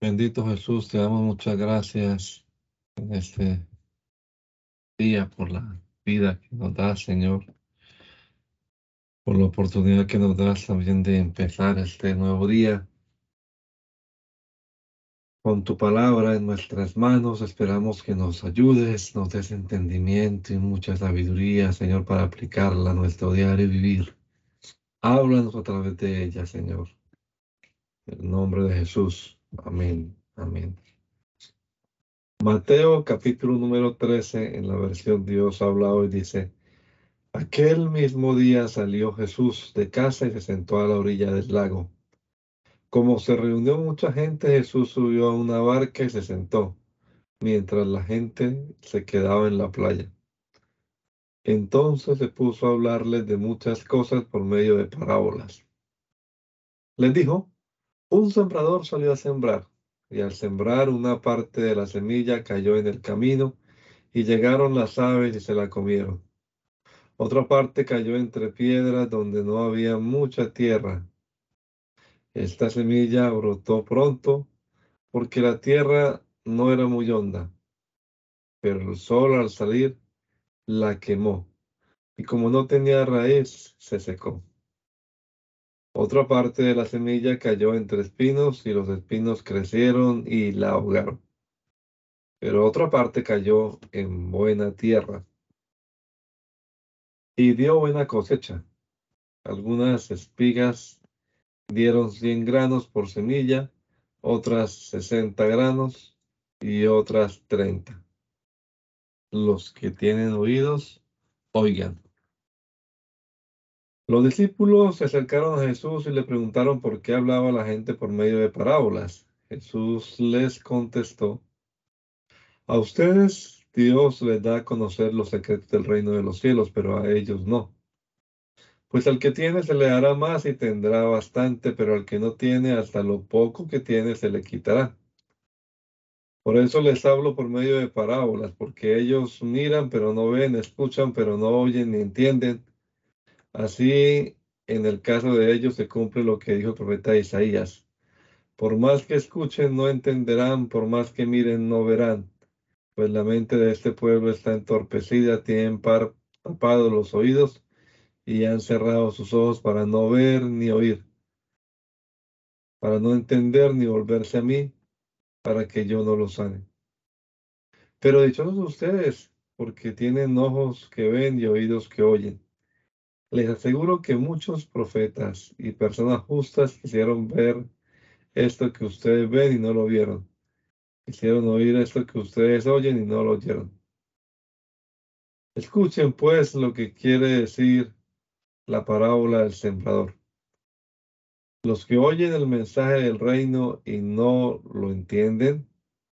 Bendito Jesús, te damos muchas gracias en este día por la vida que nos das, Señor, por la oportunidad que nos das también de empezar este nuevo día con tu palabra en nuestras manos. Esperamos que nos ayudes, nos des entendimiento y mucha sabiduría, Señor, para aplicarla a nuestro diario vivir. Háblanos a través de ella, Señor. En el nombre de Jesús. Amén. Amén. Mateo capítulo número 13 en la versión Dios habla hoy dice: Aquel mismo día salió Jesús de casa y se sentó a la orilla del lago. Como se reunió mucha gente, Jesús subió a una barca y se sentó, mientras la gente se quedaba en la playa. Entonces se puso a hablarles de muchas cosas por medio de parábolas. Les dijo: Un sembrador salió a sembrar, y al sembrar una parte de la semilla cayó en el camino, y llegaron las aves y se la comieron. Otra parte cayó entre piedras donde no había mucha tierra. Esta semilla brotó pronto porque la tierra no era muy honda, pero el sol al salir la quemó y como no tenía raíz, se secó. Otra parte de la semilla cayó entre espinos y los espinos crecieron y la ahogaron. Pero otra parte cayó en buena tierra y dio buena cosecha. Algunas espigas dieron 100 granos por semilla, otras 60 granos y otras 30. Los que tienen oídos, oigan. Los discípulos se acercaron a Jesús y le preguntaron por qué hablaba la gente por medio de parábolas. Jesús les contestó: A ustedes Dios les da a conocer los secretos del reino de los cielos, pero a ellos no. Pues al que tiene se le dará más y tendrá bastante, pero al que no tiene, hasta lo poco que tiene se le quitará. Por eso les hablo por medio de parábolas, porque ellos miran pero no ven, escuchan pero no oyen ni entienden. Así, en el caso de ellos se cumple lo que dijo el profeta Isaías: Por más que escuchen, no entenderán, por más que miren, no verán, pues la mente de este pueblo está entorpecida, tienen tapados los oídos y han cerrado sus ojos para no ver ni oír, para no entender ni volverse a mí, para que yo no los sane. Pero dichosos ustedes, porque tienen ojos que ven y oídos que oyen. Les aseguro que muchos profetas y personas justas quisieron ver esto que ustedes ven y no lo vieron. Quisieron oír esto que ustedes oyen y no lo oyeron. Escuchen pues lo que quiere decir la parábola del sembrador. Los que oyen el mensaje del reino y no lo entienden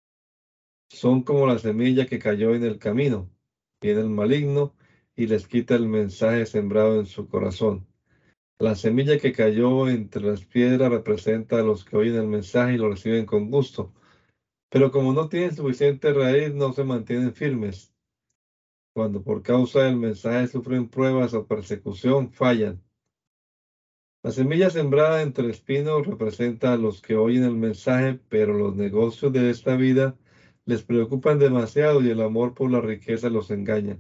son como la semilla que cayó en el camino. Viene el maligno y les quita el mensaje sembrado en su corazón. La semilla que cayó entre las piedras representa a los que oyen el mensaje y lo reciben con gusto, pero como no tienen suficiente raíz, no se mantienen firmes. Cuando por causa del mensaje sufren pruebas o persecución, fallan. La semilla sembrada entre espinos representa a los que oyen el mensaje, pero los negocios de esta vida les preocupan demasiado y el amor por la riqueza los engaña.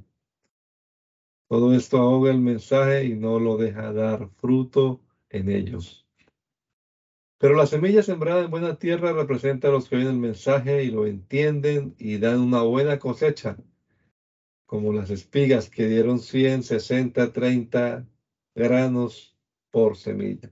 Todo esto ahoga el mensaje y no lo deja dar fruto en ellos. Pero la semilla sembrada en buena tierra representa a los que oyen el mensaje y lo entienden y dan una buena cosecha, como las espigas que dieron 100, 60, 30 granos por semilla.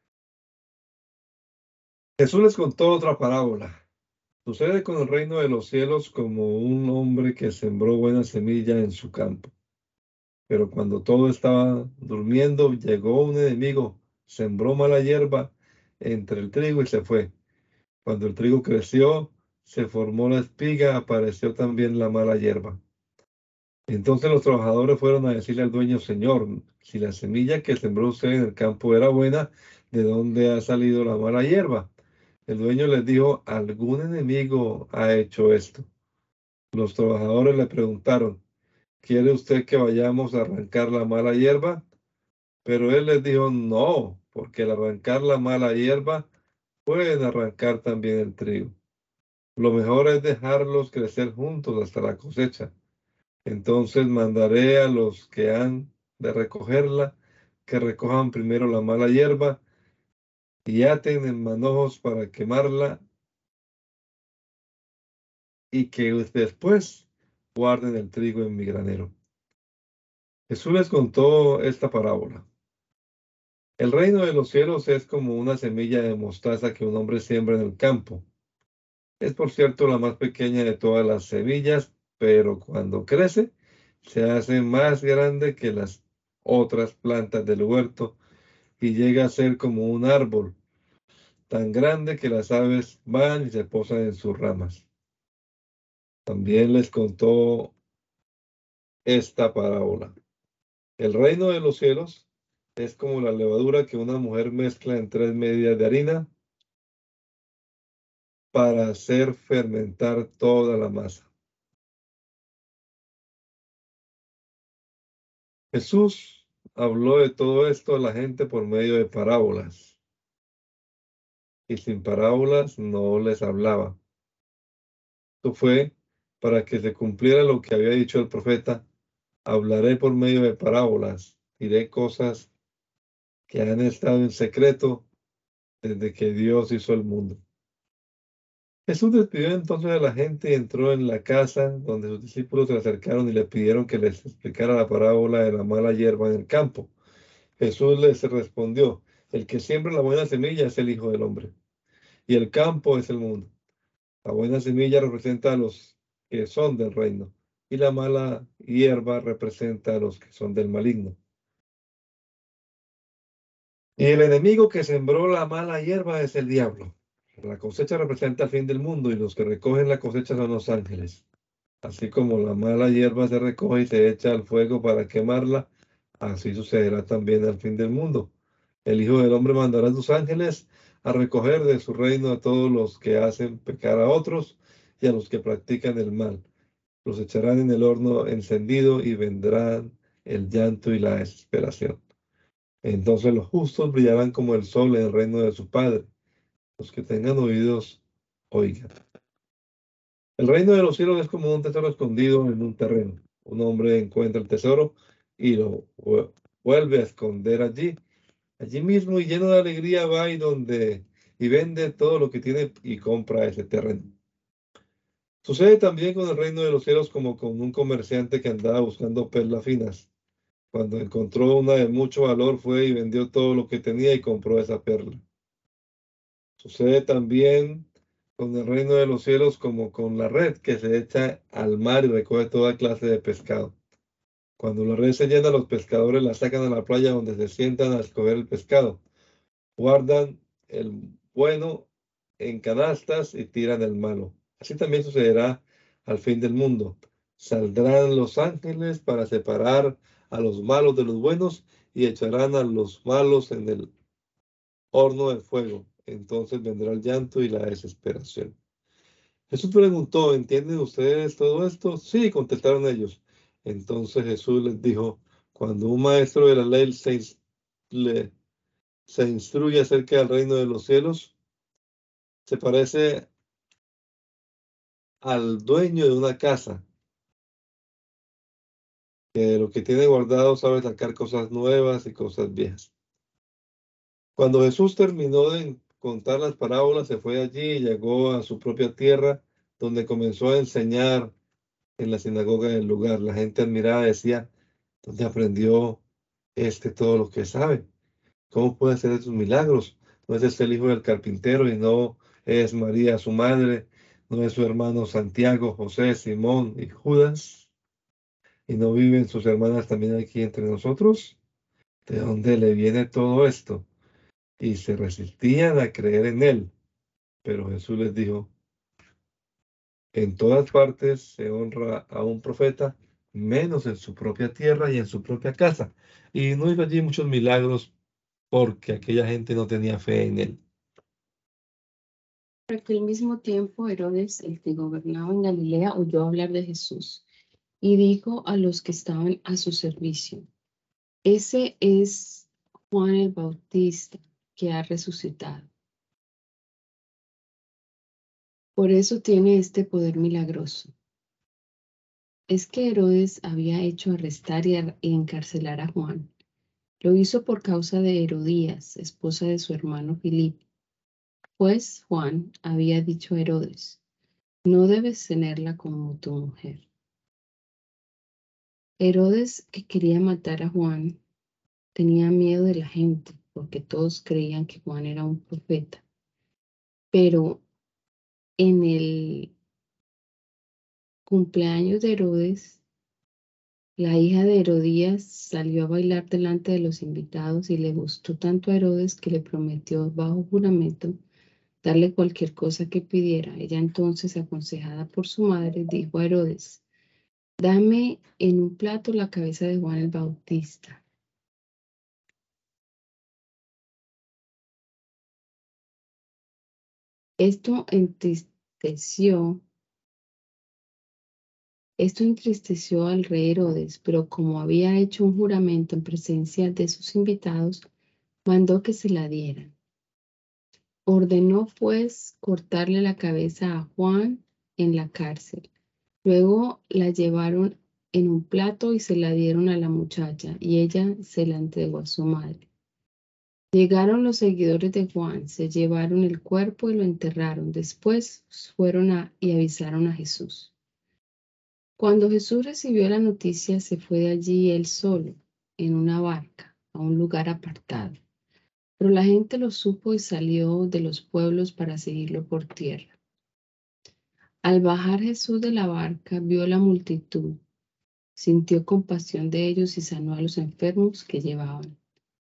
Jesús les contó otra parábola. Sucede con el reino de los cielos como un hombre que sembró buena semilla en su campo. Pero cuando todo estaba durmiendo, llegó un enemigo, sembró mala hierba entre el trigo y se fue. Cuando el trigo creció, se formó la espiga, apareció también la mala hierba. Entonces los trabajadores fueron a decirle al dueño: Señor, si la semilla que sembró usted en el campo era buena, ¿de dónde ha salido la mala hierba? El dueño les dijo: algún enemigo ha hecho esto. Los trabajadores le preguntaron: ¿quiere usted que vayamos a arrancar la mala hierba? Pero él les dijo: no, porque al arrancar la mala hierba, pueden arrancar también el trigo. Lo mejor es dejarlos crecer juntos hasta la cosecha. Entonces mandaré a los que han de recogerla, que recojan primero la mala hierba y aten en manojos para quemarla, y que después guarden el trigo en mi granero. Jesús les contó esta parábola. El reino de los cielos es como una semilla de mostaza que un hombre siembra en el campo. Es, por cierto, la más pequeña de todas las semillas, pero cuando crece, se hace más grande que las otras plantas del huerto y llega a ser como un árbol, tan grande que las aves van y se posan en sus ramas. También les contó esta parábola. El reino de los cielos es como la levadura que una mujer mezcla en 3 medidas de harina para hacer fermentar toda la masa. Jesús habló de todo esto a la gente por medio de parábolas, y sin parábolas no les hablaba. Esto fue para que se cumpliera lo que había dicho el profeta: hablaré por medio de parábolas, diré cosas que han estado en secreto desde que Dios hizo el mundo. Jesús despidió entonces a la gente y entró en la casa, donde sus discípulos se le acercaron y le pidieron que les explicara la parábola de la mala hierba en el campo. Jesús les respondió: el que siembra la buena semilla es el Hijo del Hombre, y el campo es el mundo. La buena semilla representa a los que son del reino, y la mala hierba representa a los que son del maligno. Y el enemigo que sembró la mala hierba es el diablo. La cosecha representa el fin del mundo, y los que recogen la cosecha son los ángeles. Así como la mala hierba se recoge y se echa al fuego para quemarla, así sucederá también al fin del mundo. El Hijo del Hombre mandará a sus ángeles a recoger de su reino a todos los que hacen pecar a otros y a los que practican el mal. Los echarán en el horno encendido y vendrán el llanto y la desesperación. Entonces los justos brillarán como el sol en el reino de su Padre. Los que tengan oídos, oigan. El reino de los cielos es como un tesoro escondido en un terreno. Un hombre encuentra el tesoro y lo vuelve a esconder allí. Allí mismo, y lleno de alegría, va y vende todo lo que tiene y compra ese terreno. Sucede también con el reino de los cielos, como con un comerciante que andaba buscando perlas finas. Cuando encontró una de mucho valor, fue y vendió todo lo que tenía y compró esa perla. Sucede también con el reino de los cielos, como con la red que se echa al mar y recoge toda clase de pescado. Cuando la red se llena, los pescadores la sacan a la playa, donde se sientan a escoger el pescado. Guardan el bueno en canastas y tiran el malo. Así también sucederá al fin del mundo. Saldrán los ángeles para separar a los malos de los buenos y echarán a los malos en el horno de fuego. Entonces vendrá el llanto y la desesperación. Jesús preguntó: ¿entienden ustedes todo esto? Sí, contestaron ellos. Entonces Jesús les dijo: cuando un maestro de la ley le- se instruye acerca del reino de los cielos, se parece al dueño de una casa, que de lo que tiene guardado sabe sacar cosas nuevas y cosas viejas. Cuando Jesús terminó de contar las parábolas, se fue allí y llegó a su propia tierra, donde comenzó a enseñar en la sinagoga del lugar. La gente admirada decía: ¿dónde aprendió todo lo que sabe? ¿Cómo puede hacer esos milagros? ¿No es el hijo del carpintero y no es María su madre? ¿No es su hermano Santiago, José, Simón y Judas? ¿Y no viven sus hermanas también aquí entre nosotros? ¿De dónde le viene todo esto? Y se resistían a creer en él. Pero Jesús les dijo: en todas partes se honra a un profeta, menos en su propia tierra y en su propia casa. Y no hizo allí muchos milagros porque aquella gente no tenía fe en él. Por aquel mismo tiempo, Herodes, el que gobernaba en Galilea, oyó hablar de Jesús y dijo a los que estaban a su servicio: ese es Juan el Bautista, que ha resucitado. Por eso tiene este poder milagroso. Es que Herodes había hecho arrestar y encarcelar a Juan. Lo hizo por causa de Herodías, esposa de su hermano Filipo. Pues Juan había dicho a Herodes: no debes tenerla como tu mujer. Herodes, que quería matar a Juan, tenía miedo de la gente, porque todos creían que Juan era un profeta. Pero en el cumpleaños de Herodes, la hija de Herodías salió a bailar delante de los invitados y le gustó tanto a Herodes que le prometió bajo juramento darle cualquier cosa que pidiera. Ella entonces, aconsejada por su madre, dijo a Herodes: dame en un plato la cabeza de Juan el Bautista. Esto entristeció al rey Herodes, pero como había hecho un juramento en presencia de sus invitados, mandó que se la dieran. Ordenó pues cortarle la cabeza a Juan en la cárcel. Luego la llevaron en un plato y se la dieron a la muchacha, y ella se la entregó a su madre. Llegaron los seguidores de Juan, se llevaron el cuerpo y lo enterraron. Después fueron y avisaron a Jesús. Cuando Jesús recibió la noticia, se fue de allí él solo, en una barca, a un lugar apartado. Pero la gente lo supo y salió de los pueblos para seguirlo por tierra. Al bajar Jesús de la barca, vio la multitud, sintió compasión de ellos y sanó a los enfermos que llevaban.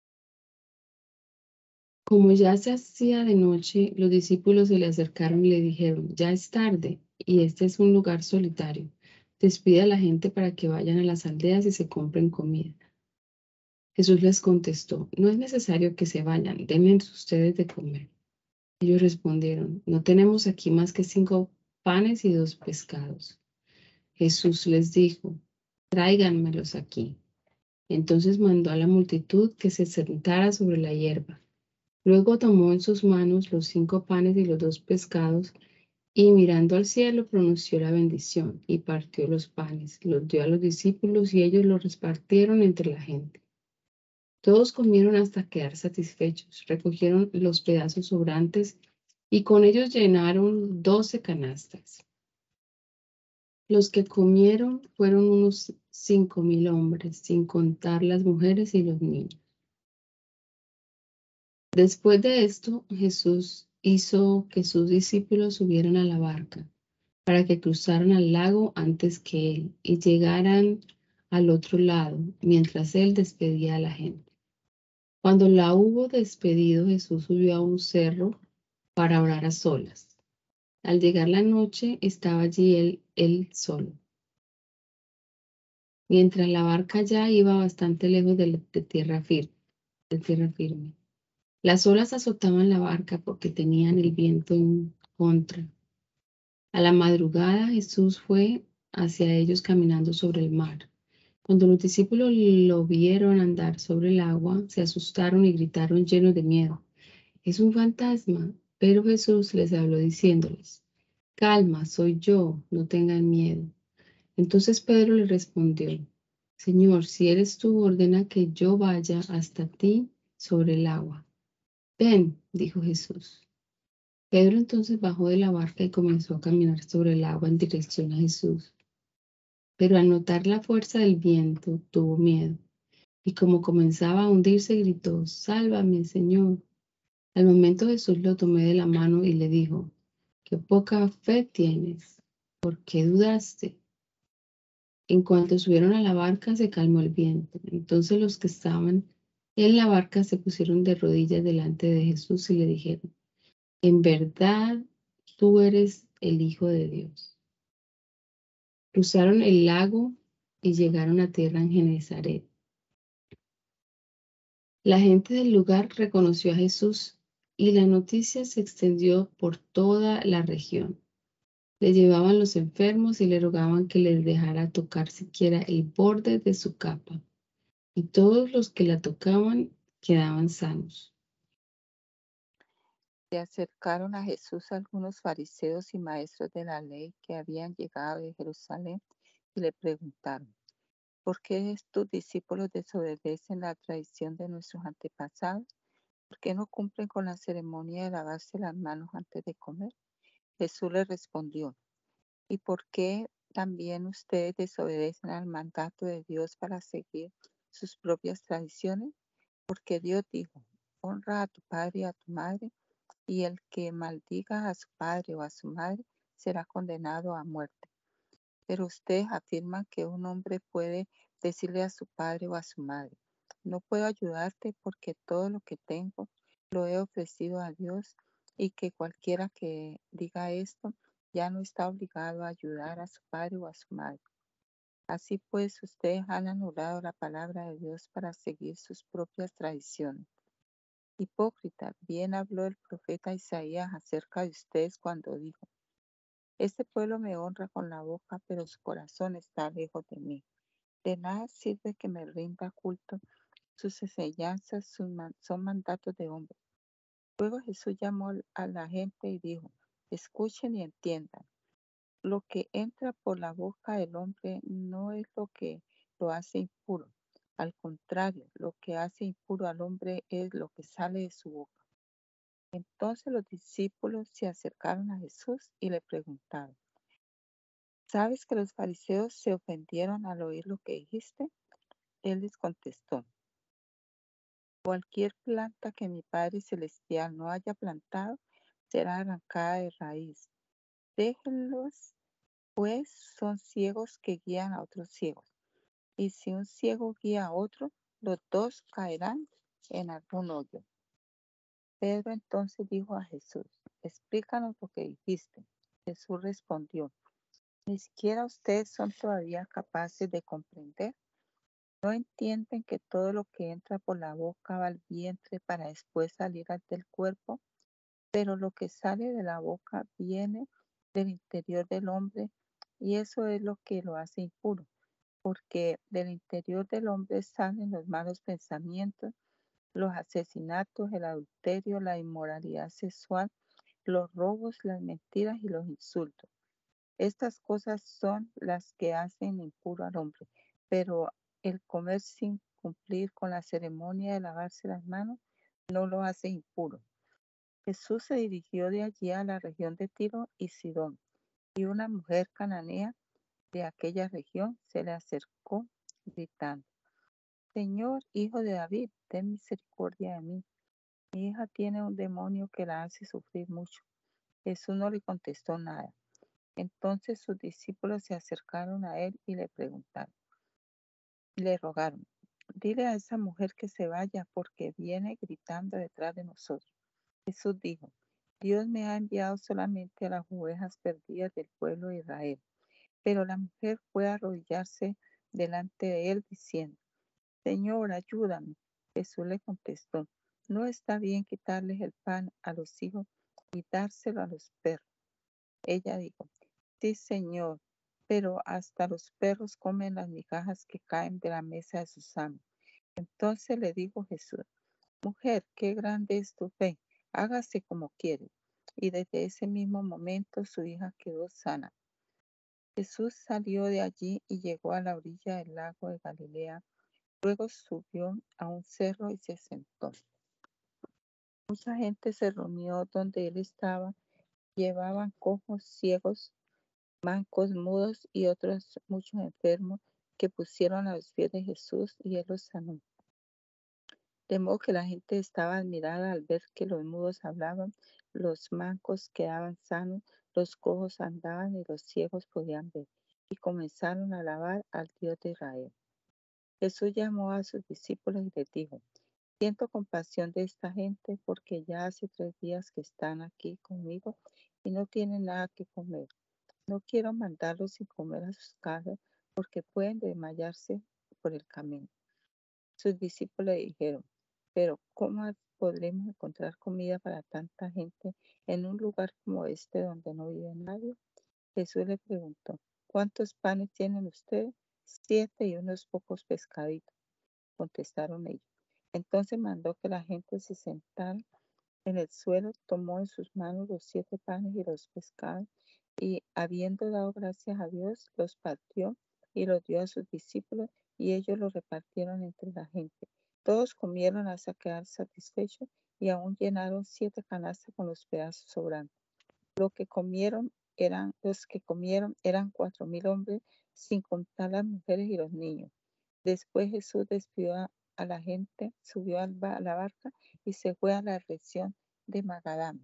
Como ya se hacía de noche, los discípulos se le acercaron y le dijeron: ya es tarde y este es un lugar solitario. Despide a la gente para que vayan a las aldeas y se compren comida. Jesús les contestó: no es necesario que se vayan, denme ustedes de comer. Ellos respondieron: no tenemos aquí más que 5 panes y 2 pescados. Jesús les dijo: tráiganmelos aquí. Entonces mandó a la multitud que se sentara sobre la hierba. Luego tomó en sus manos los 5 panes y los 2 pescados, y mirando al cielo pronunció la bendición, y partió los panes, los dio a los discípulos, y ellos los repartieron entre la gente. Todos comieron hasta quedar satisfechos, recogieron los pedazos sobrantes, y con ellos llenaron 12 canastas. Los que comieron fueron unos 5,000 hombres, sin contar las mujeres y los niños. Después de esto, Jesús hizo que sus discípulos subieran a la barca para que cruzaran al lago antes que él y llegaran al otro lado, mientras él despedía a la gente. Cuando la hubo despedido, Jesús subió a un cerro para orar a solas. Al llegar la noche, estaba allí él solo, mientras la barca ya iba bastante lejos de tierra firme. Las olas azotaban la barca porque tenían el viento en contra. A la madrugada Jesús fue hacia ellos caminando sobre el mar. Cuando los discípulos lo vieron andar sobre el agua, se asustaron y gritaron llenos de miedo: es un fantasma. Pero Jesús les habló diciéndoles: calma, soy yo, no tengan miedo. Entonces Pedro le respondió: Señor, si eres tú, ordena que yo vaya hasta ti sobre el agua. Ven, dijo Jesús. Pedro entonces bajó de la barca y comenzó a caminar sobre el agua en dirección a Jesús. Pero al notar la fuerza del viento, tuvo miedo, y como comenzaba a hundirse, gritó: sálvame, Señor. Al momento Jesús lo tomó de la mano y le dijo: qué poca fe tienes, ¿por qué dudaste? En cuanto subieron a la barca, se calmó el viento. Entonces los que estaban en la barca se pusieron de rodillas delante de Jesús y le dijeron: en verdad, tú eres el Hijo de Dios. Cruzaron el lago y llegaron a tierra en Genesaret. La gente del lugar reconoció a Jesús y la noticia se extendió por toda la región. Le llevaban los enfermos y le rogaban que les dejara tocar siquiera el borde de su capa, y todos los que la tocaban quedaban sanos. Se acercaron a Jesús algunos fariseos y maestros de la ley que habían llegado de Jerusalén y le preguntaron: ¿por qué tus discípulos desobedecen la tradición de nuestros antepasados? ¿Por qué no cumplen con la ceremonia de lavarse las manos antes de comer? Jesús les respondió: ¿y por qué también ustedes desobedecen al mandato de Dios para seguir sus propias tradiciones? Porque Dios dijo: honra a tu padre y a tu madre, y el que maldiga a su padre o a su madre será condenado a muerte. Pero ustedes afirman que un hombre puede decirle a su padre o a su madre: no puedo ayudarte porque todo lo que tengo lo he ofrecido a Dios, y que cualquiera que diga esto ya no está obligado a ayudar a su padre o a su madre. Así pues, ustedes han anulado la palabra de Dios para seguir sus propias tradiciones. Hipócrita, bien habló el profeta Isaías acerca de ustedes cuando dijo: este pueblo me honra con la boca, pero su corazón está lejos de mí. De nada sirve que me rinda culto. Sus enseñanzas son mandatos de hombres. Luego Jesús llamó a la gente y dijo: escuchen y entiendan. Lo que entra por la boca del hombre no es lo que lo hace impuro. Al contrario, lo que hace impuro al hombre es lo que sale de su boca. Entonces los discípulos se acercaron a Jesús y le preguntaron: ¿sabes que los fariseos se ofendieron al oír lo que dijiste? Él les contestó: cualquier planta que mi Padre Celestial no haya plantado será arrancada de raíz. Déjenlos, pues son ciegos que guían a otros ciegos. Y si un ciego guía a otro, los dos caerán en algún hoyo. Pedro entonces dijo a Jesús: explícanos lo que dijiste. Jesús respondió: ni siquiera ustedes son todavía capaces de comprender. ¿No entienden que todo lo que entra por la boca va al vientre para después salir del cuerpo? Pero lo que sale de la boca viene del interior del hombre, y eso es lo que lo hace impuro, porque del interior del hombre salen los malos pensamientos, los asesinatos, el adulterio, la inmoralidad sexual, los robos, las mentiras y los insultos. Estas cosas son las que hacen impuro al hombre, pero el comer sin cumplir con la ceremonia de lavarse las manos no lo hace impuro. Jesús se dirigió de allí a la región de Tiro y Sidón, y una mujer cananea de aquella región se le acercó gritando: Señor, hijo de David, ten misericordia de mí. Mi hija tiene un demonio que la hace sufrir mucho. Jesús no le contestó nada. Entonces sus discípulos se acercaron a él y le rogaron: dile a esa mujer que se vaya, porque viene gritando detrás de nosotros. Jesús dijo: Dios me ha enviado solamente a las ovejas perdidas del pueblo de Israel. Pero la mujer fue a arrodillarse delante de él diciendo: Señor, ayúdame. Jesús le contestó: no está bien quitarles el pan a los hijos y dárselo a los perros. Ella dijo: sí, Señor, pero hasta los perros comen las migajas que caen de la mesa de sus amos. Entonces le dijo Jesús: mujer, qué grande es tu fe, hágase como quieres. Y desde ese mismo momento su hija quedó sana. Jesús salió de allí y llegó a la orilla del lago de Galilea. Luego subió a un cerro y se sentó. Mucha gente se reunió donde él estaba. Llevaban cojos, ciegos, mancos, mudos y otros muchos enfermos, que pusieron a los pies de Jesús y él los sanó. De modo que la gente estaba admirada al ver que los mudos hablaban, los mancos quedaban sanos, los cojos andaban y los ciegos podían ver, y comenzaron a alabar al Dios de Israel. Jesús llamó a sus discípulos y les dijo: siento compasión de esta gente, porque ya hace 3 días que están aquí conmigo y no tienen nada que comer. No quiero mandarlos sin comer a sus casas, porque pueden desmayarse por el camino. Sus discípulos le dijeron: pero ¿cómo podremos encontrar comida para tanta gente en un lugar como este donde no vive nadie? Jesús le preguntó: ¿cuántos panes tienen ustedes? 7 y unos pocos pescaditos, contestaron ellos. Entonces mandó que la gente se sentara en el suelo, tomó en sus manos los 7 panes y los pescados, y habiendo dado gracias a Dios, los partió y los dio a sus discípulos, y ellos los repartieron entre la gente. Todos comieron hasta quedar satisfechos, y aún llenaron 7 canastas con los pedazos sobrantes. Los que comieron eran 4,000 hombres, sin contar las mujeres y los niños. Después Jesús despidió a la gente, subió a la barca y se fue a la región de Magadán.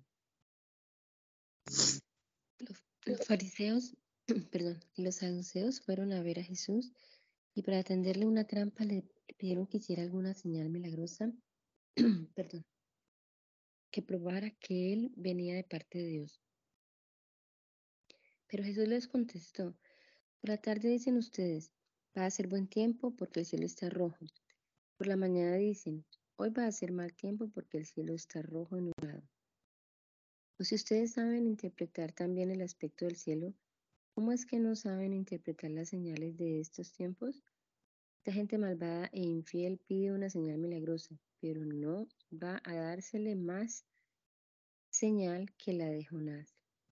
Los fariseos, perdón, y los saduceos fueron a ver a Jesús y para tenderle una trampa le pidieron que hiciera alguna señal milagrosa, perdón, que probara que él venía de parte de Dios. Pero Jesús les contestó: por la tarde dicen ustedes, va a ser buen tiempo porque el cielo está rojo. Por la mañana dicen, hoy va a ser mal tiempo porque el cielo está rojo y nublado. O si ustedes saben interpretar también el aspecto del cielo, ¿cómo es que no saben interpretar las señales de estos tiempos? Esta gente malvada e infiel pide una señal milagrosa, pero no va a dársele más señal que la de Jonás.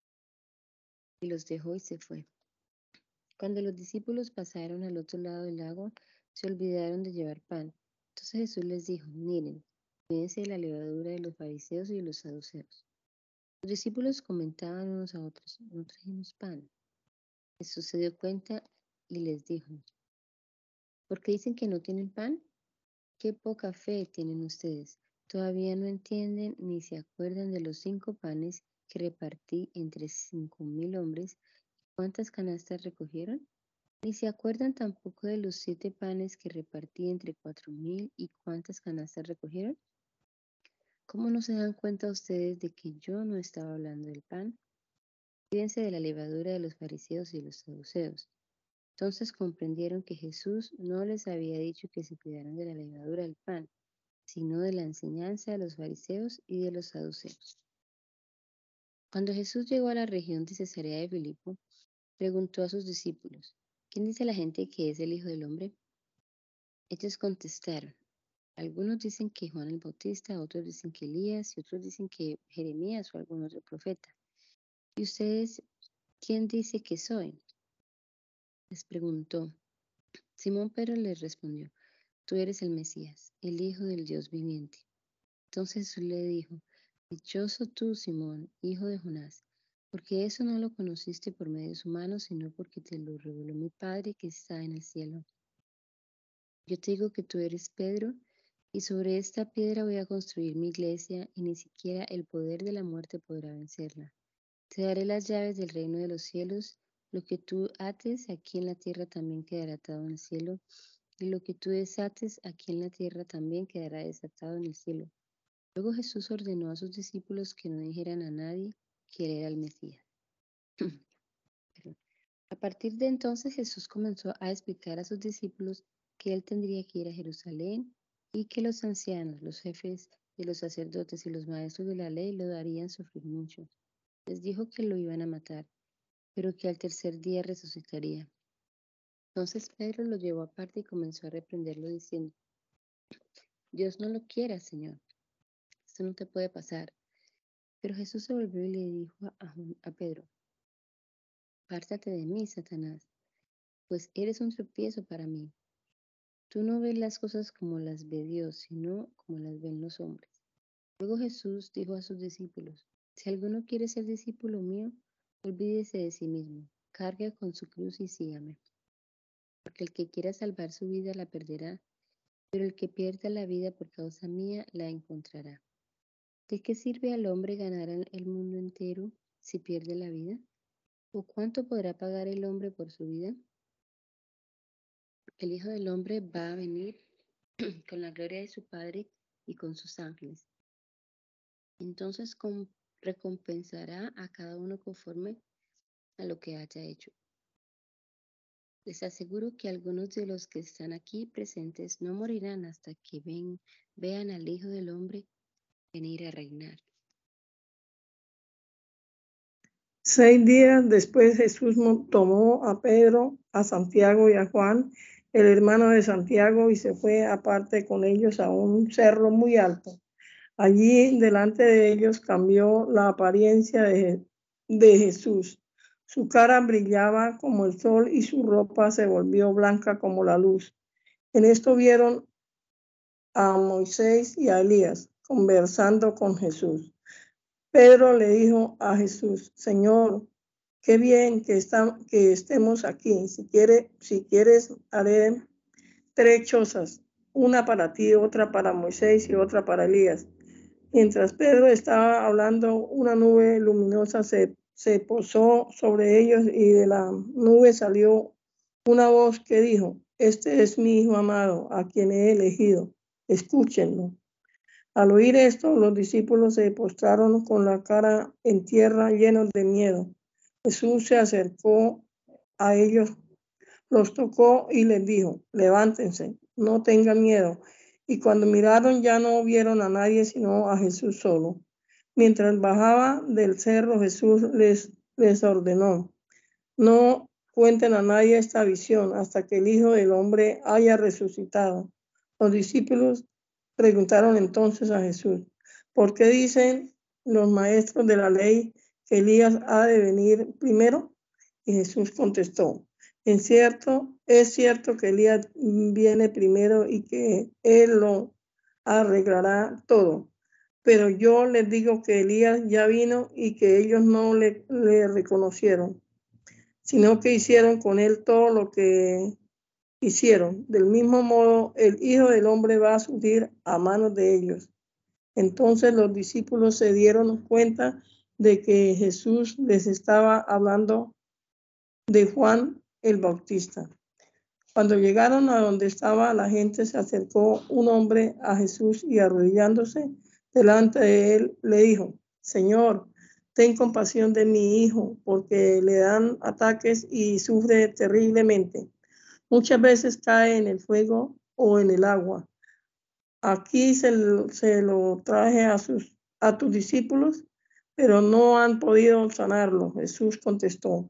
Y los dejó y se fue. Cuando los discípulos pasaron al otro lado del lago, se olvidaron de llevar pan. Entonces Jesús les dijo, miren, cuídense de la levadura de los fariseos y de los saduceos. Los discípulos comentaban unos a otros, no trajimos pan. Jesús se dio cuenta y les dijo, ¿por qué dicen que no tienen pan? Qué poca fe tienen ustedes. Todavía no entienden ni se acuerdan de los 5 panes que repartí entre 5,000 hombres. ¿Cuántas canastas recogieron? Ni se acuerdan tampoco de los 7 panes que repartí entre 4,000 y cuántas canastas recogieron. ¿Cómo no se dan cuenta ustedes de que yo no estaba hablando del pan? Cuídense de la levadura de los fariseos y los saduceos. Entonces comprendieron que Jesús no les había dicho que se cuidaran de la levadura del pan, sino de la enseñanza de los fariseos y de los saduceos. Cuando Jesús llegó a la región de Cesarea de Filipo, preguntó a sus discípulos, ¿quién dice la gente que es el Hijo del Hombre? Ellos contestaron, algunos dicen que Juan el Bautista, otros dicen que Elías y otros dicen que Jeremías o algún otro profeta. ¿Y ustedes quién dice que soy? Les preguntó. Simón Pedro les respondió, tú eres el Mesías, el Hijo del Dios viviente. Entonces Jesús le dijo, dichoso tú, Simón, hijo de Jonás, porque eso no lo conociste por medios humanos, sino porque te lo reveló mi Padre que está en el cielo. Yo te digo que tú eres Pedro, y sobre esta piedra voy a construir mi iglesia, y ni siquiera el poder de la muerte podrá vencerla. Te daré las llaves del reino de los cielos. Lo que tú ates aquí en la tierra también quedará atado en el cielo, y lo que tú desates aquí en la tierra también quedará desatado en el cielo. Luego Jesús ordenó a sus discípulos que no dijeran a nadie que él era el Mesías. A partir de entonces Jesús comenzó a explicar a sus discípulos que él tendría que ir a Jerusalén y que los ancianos, los jefes de los sacerdotes y los maestros de la ley lo harían sufrir mucho. Les dijo que lo iban a matar, pero que al tercer día resucitaría. Entonces Pedro lo llevó aparte y comenzó a reprenderlo diciendo, Dios no lo quiera, Señor, esto no te puede pasar. Pero Jesús se volvió y le dijo a Pedro, apártate de mí, Satanás, pues eres un tropiezo para mí. Tú no ves las cosas como las ve Dios, sino como las ven los hombres. Luego Jesús dijo a sus discípulos, si alguno quiere ser discípulo mío, olvídese de sí mismo, cargue con su cruz y sígame. Porque el que quiera salvar su vida la perderá, pero el que pierda la vida por causa mía la encontrará. ¿De qué sirve al hombre ganar el mundo entero si pierde la vida? ¿O cuánto podrá pagar el hombre por su vida? El Hijo del Hombre va a venir con la gloria de su Padre y con sus ángeles. Entonces recompensará a cada uno conforme a lo que haya hecho. Les aseguro que algunos de los que están aquí presentes no morirán hasta que vean al Hijo del Hombre venir a reinar. 6 días después Jesús tomó a Pedro, a Santiago y a Juan, el hermano de Santiago, y se fue aparte con ellos a un cerro muy alto. Allí delante de ellos cambió la apariencia de Jesús. Su cara brillaba como el sol y su ropa se volvió blanca como la luz. En esto vieron a Moisés y a Elías conversando con Jesús. Pedro le dijo a Jesús: Señor, qué bien que estemos aquí. Si quieres, haré 3 chozas, una para ti, otra para Moisés y otra para Elías. Mientras Pedro estaba hablando, una nube luminosa se posó sobre ellos y de la nube salió una voz que dijo: Este es mi Hijo amado, a quien he elegido. Escúchenlo. Al oír esto, los discípulos se postraron con la cara en tierra, llenos de miedo. Jesús se acercó a ellos, los tocó y les dijo: Levántense, no tengan miedo. Y cuando miraron ya no vieron a nadie sino a Jesús solo. Mientras bajaba del cerro, Jesús les ordenó: No cuenten a nadie esta visión hasta que el Hijo del Hombre haya resucitado. Los discípulos preguntaron entonces a Jesús: ¿Por qué dicen los maestros de la ley que Elías ha de venir primero? Y Jesús contestó: es cierto que Elías viene primero y que él lo arreglará todo. Pero yo les digo que Elías ya vino y que ellos no le reconocieron, sino que hicieron con él todo lo que hicieron. Del mismo modo, el Hijo del Hombre va a sufrir a manos de ellos. Entonces los discípulos se dieron cuenta de que Jesús les estaba hablando de Juan el Bautista. Cuando llegaron a donde estaba la gente, se acercó un hombre a Jesús y arrodillándose delante de él, le dijo: Señor, ten compasión de mi hijo, porque le dan ataques y sufre terriblemente. Muchas veces cae en el fuego o en el agua. Aquí se lo traje a tus discípulos, pero no han podido sanarlo. Jesús contestó: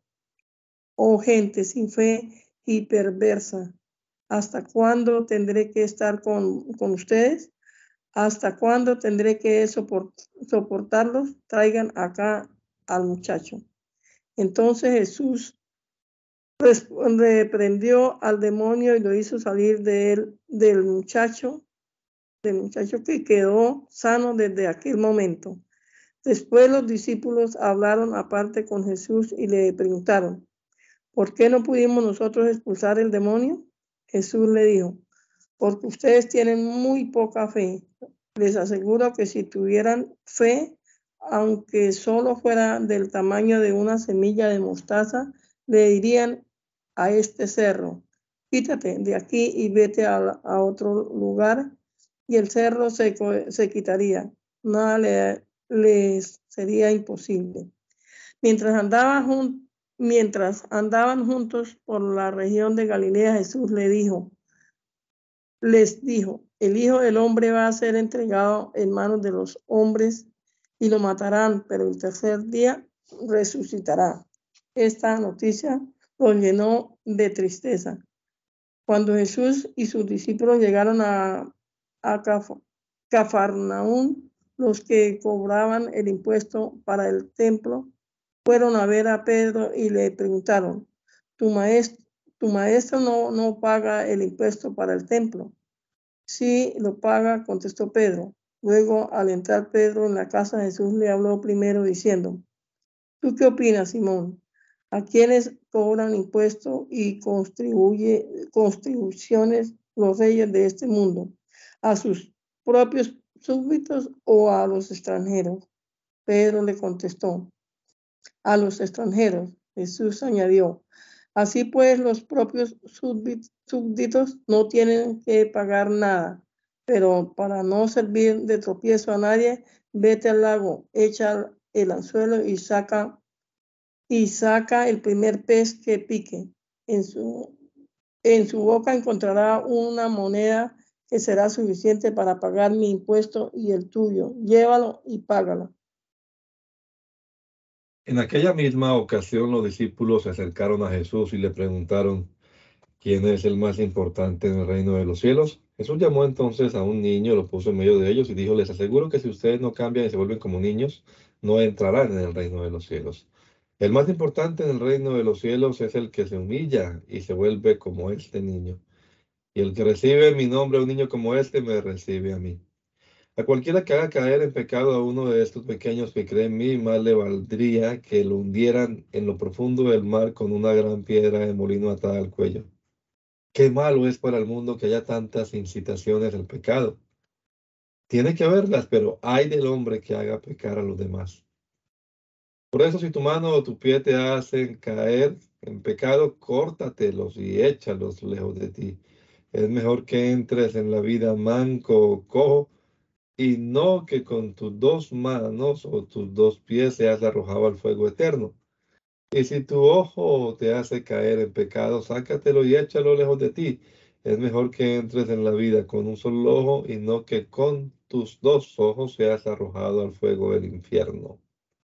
Oh gente sin fe y perversa, ¿hasta cuándo tendré que estar con ustedes? ¿Hasta cuándo tendré que soportarlos? Traigan acá al muchacho. Entonces Jesús reprendió al demonio y lo hizo salir de él, del muchacho que quedó sano desde aquel momento. Después los discípulos hablaron aparte con Jesús y le preguntaron: ¿por qué no pudimos nosotros expulsar el demonio? Jesús le dijo: porque ustedes tienen muy poca fe. Les aseguro que si tuvieran fe, aunque solo fuera del tamaño de una semilla de mostaza, le dirían a este cerro: quítate de aquí y vete a otro lugar, y el cerro se quitaría. Nada les sería imposible. Mientras andaban juntos por la región de Galilea, Jesús les dijo: el Hijo del Hombre va a ser entregado en manos de los hombres y lo matarán, pero el tercer día resucitará. Esta noticia los llenó de tristeza. Cuando Jesús y sus discípulos llegaron a Cafarnaúm, los que cobraban el impuesto para el templo fueron a ver a Pedro y le preguntaron: ¿Tu maestro no paga el impuesto para el templo? Sí, lo paga, contestó Pedro. Luego, al entrar Pedro en la casa, Jesús le habló primero diciendo: ¿tú qué opinas, Simón? ¿A quiénes cobran impuestos y contribuciones los reyes de este mundo? ¿A sus propios súbditos o a los extranjeros? Pedro le contestó: a los extranjeros. Jesús añadió: así pues, los propios súbditos no tienen que pagar nada. Pero para no servir de tropiezo a nadie, vete al lago, echa el anzuelo y saca el primer pez que pique. En su boca encontrará una moneda que será suficiente para pagar mi impuesto y el tuyo. Llévalo y págalo. En aquella misma ocasión los discípulos se acercaron a Jesús y le preguntaron: ¿quién es el más importante en el reino de los cielos? Jesús llamó entonces a un niño, lo puso en medio de ellos y dijo, les aseguro que si ustedes no cambian y se vuelven como niños, no entrarán en el reino de los cielos. El más importante en el reino de los cielos es el que se humilla y se vuelve como este niño. Y el que recibe en mi nombre a un niño como este, me recibe a mí. A cualquiera que haga caer en pecado a uno de estos pequeños que cree en mí, más le valdría que lo hundieran en lo profundo del mar con una gran piedra de molino atada al cuello. Qué malo es para el mundo que haya tantas incitaciones al pecado. Tiene que haberlas, pero ay del hombre que haga pecar a los demás. Por eso, si tu mano o tu pie te hacen caer en pecado, córtatelos y échalos lejos de ti. Es mejor que entres en la vida manco o cojo y no que con tus dos manos o tus dos pies seas arrojado al fuego eterno. Y si tu ojo te hace caer en pecado, sácatelo y échalo lejos de ti. Es mejor que entres en la vida con un solo ojo y no que con tus dos ojos seas arrojado al fuego del infierno.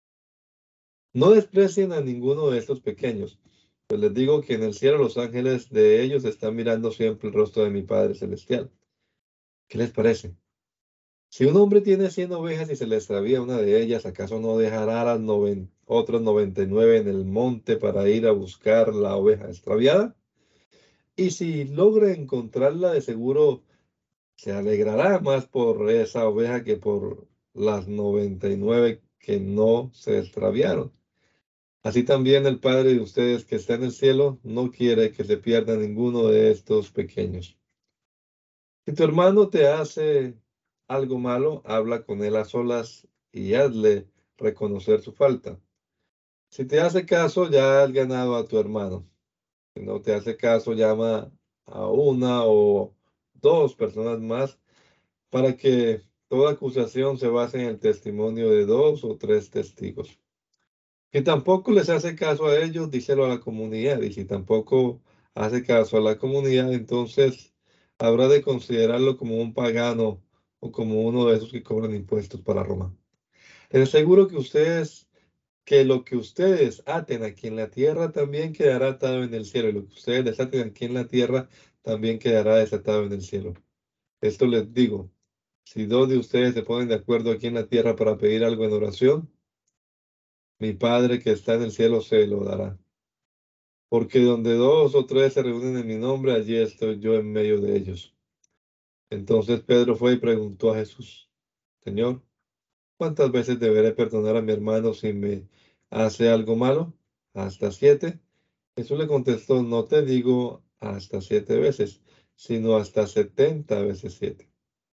No desprecien a ninguno de estos pequeños, pues les digo que en el cielo los ángeles de ellos están mirando siempre el rostro de mi Padre Celestial. ¿Qué les parece? Si un hombre tiene 100 ovejas y se le extravía una de ellas, ¿acaso no dejará las otras 99 en el monte para ir a buscar la oveja extraviada? Y si logra encontrarla, de seguro se alegrará más por esa oveja que por las 99 que no se extraviaron. Así también el Padre de ustedes que está en el cielo no quiere que se pierda ninguno de estos pequeños. Si tu hermano te hace algo malo, habla con él a solas y hazle reconocer su falta. Si te hace caso, ya has ganado a tu hermano. Si no te hace caso, llama a una o dos personas más para que toda acusación se base en el testimonio de 2 o 3 testigos. Si tampoco les hace caso a ellos, díselo a la comunidad. Y si tampoco hace caso a la comunidad, entonces habrá de considerarlo como un pagano o como uno de esos que cobran impuestos para Roma. Les aseguro que lo que ustedes aten aquí en la tierra también quedará atado en el cielo. Y lo que ustedes desaten aquí en la tierra también quedará desatado en el cielo. Esto les digo, si 2 de ustedes se ponen de acuerdo aquí en la tierra para pedir algo en oración, mi Padre que está en el cielo se lo dará. Porque donde 2 o 3 se reúnen en mi nombre, allí estoy yo en medio de ellos. Entonces Pedro fue y preguntó a Jesús, Señor, ¿cuántas veces deberé perdonar a mi hermano si me hace algo malo? ¿Hasta 7? Jesús le contestó, no te digo hasta 7 veces, sino hasta 70 veces 7.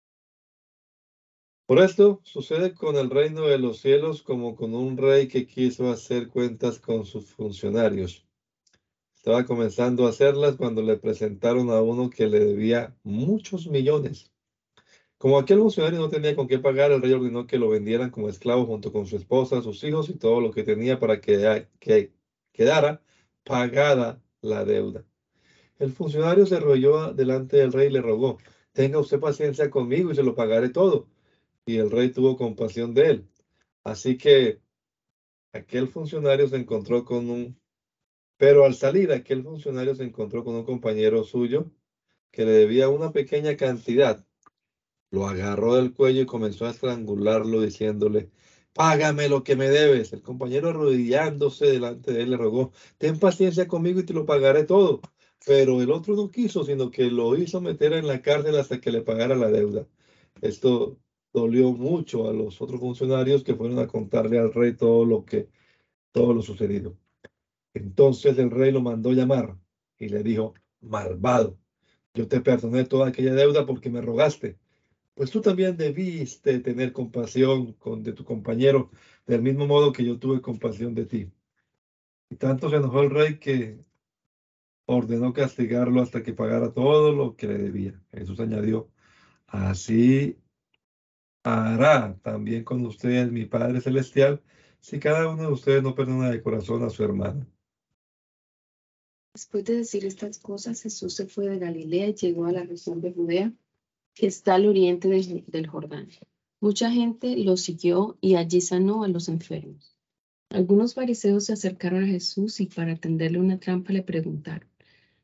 Por esto sucede con el reino de los cielos como con un rey que quiso hacer cuentas con sus funcionarios. Estaba comenzando a hacerlas cuando le presentaron a uno que le debía muchos millones. Como aquel funcionario no tenía con qué pagar, el rey ordenó que lo vendieran como esclavo junto con su esposa, sus hijos y todo lo que tenía para que quedara pagada la deuda. El funcionario se arrodilló delante del rey y le rogó, tenga usted paciencia conmigo y se lo pagaré todo. Y el rey tuvo compasión de él. Así que aquel funcionario se encontró con un Pero al salir, aquel funcionario se encontró con un compañero suyo que le debía una pequeña cantidad. Lo agarró del cuello y comenzó a estrangularlo diciéndole, págame lo que me debes. El compañero arrodillándose delante de él le rogó, ten paciencia conmigo y te lo pagaré todo. Pero el otro no quiso, sino que lo hizo meter en la cárcel hasta que le pagara la deuda. Esto dolió mucho a los otros funcionarios que fueron a contarle al rey todo lo sucedido. Entonces el rey lo mandó llamar y le dijo, malvado, yo te perdoné toda aquella deuda porque me rogaste. Pues tú también debiste tener compasión de tu compañero, del mismo modo que yo tuve compasión de ti. Y tanto se enojó el rey que ordenó castigarlo hasta que pagara todo lo que le debía. Jesús añadió, así hará también con ustedes mi Padre Celestial si cada uno de ustedes no perdona de corazón a su hermano. Después de decir estas cosas, Jesús se fue de Galilea y llegó a la región de Judea, que está al oriente del Jordán. Mucha gente lo siguió y allí sanó a los enfermos. Algunos fariseos se acercaron a Jesús y para tenderle una trampa le preguntaron,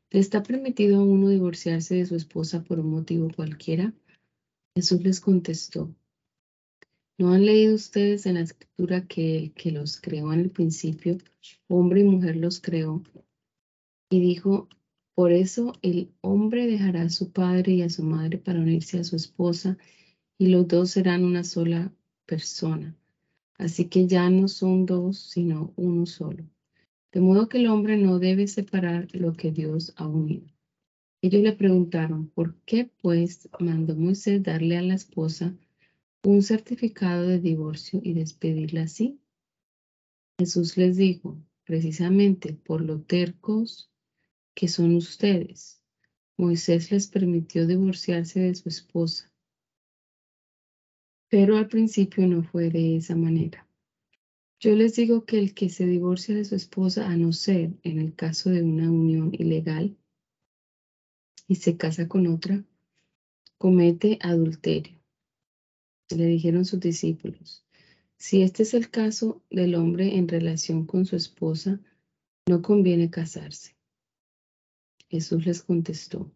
¿Le está permitido a uno divorciarse de su esposa por un motivo cualquiera? Jesús les contestó, ¿no han leído ustedes en la escritura que el que los creó en el principio, hombre y mujer los creó? Y dijo, por eso el hombre dejará a su padre y a su madre para unirse a su esposa, y los dos serán una sola persona. Así que ya no son dos, sino uno solo. De modo que el hombre no debe separar lo que Dios ha unido. Ellos le preguntaron, ¿por qué pues mandó Moisés darle a la esposa un certificado de divorcio y despedirla así? Jesús les dijo, precisamente por lo tercos que son ustedes. Moisés les permitió divorciarse de su esposa, pero al principio no fue de esa manera. Yo les digo que el que se divorcia de su esposa, a no ser en el caso de una unión ilegal y se casa con otra, comete adulterio. Le dijeron sus discípulos, si este es el caso del hombre en relación con su esposa, no conviene casarse. Jesús les contestó,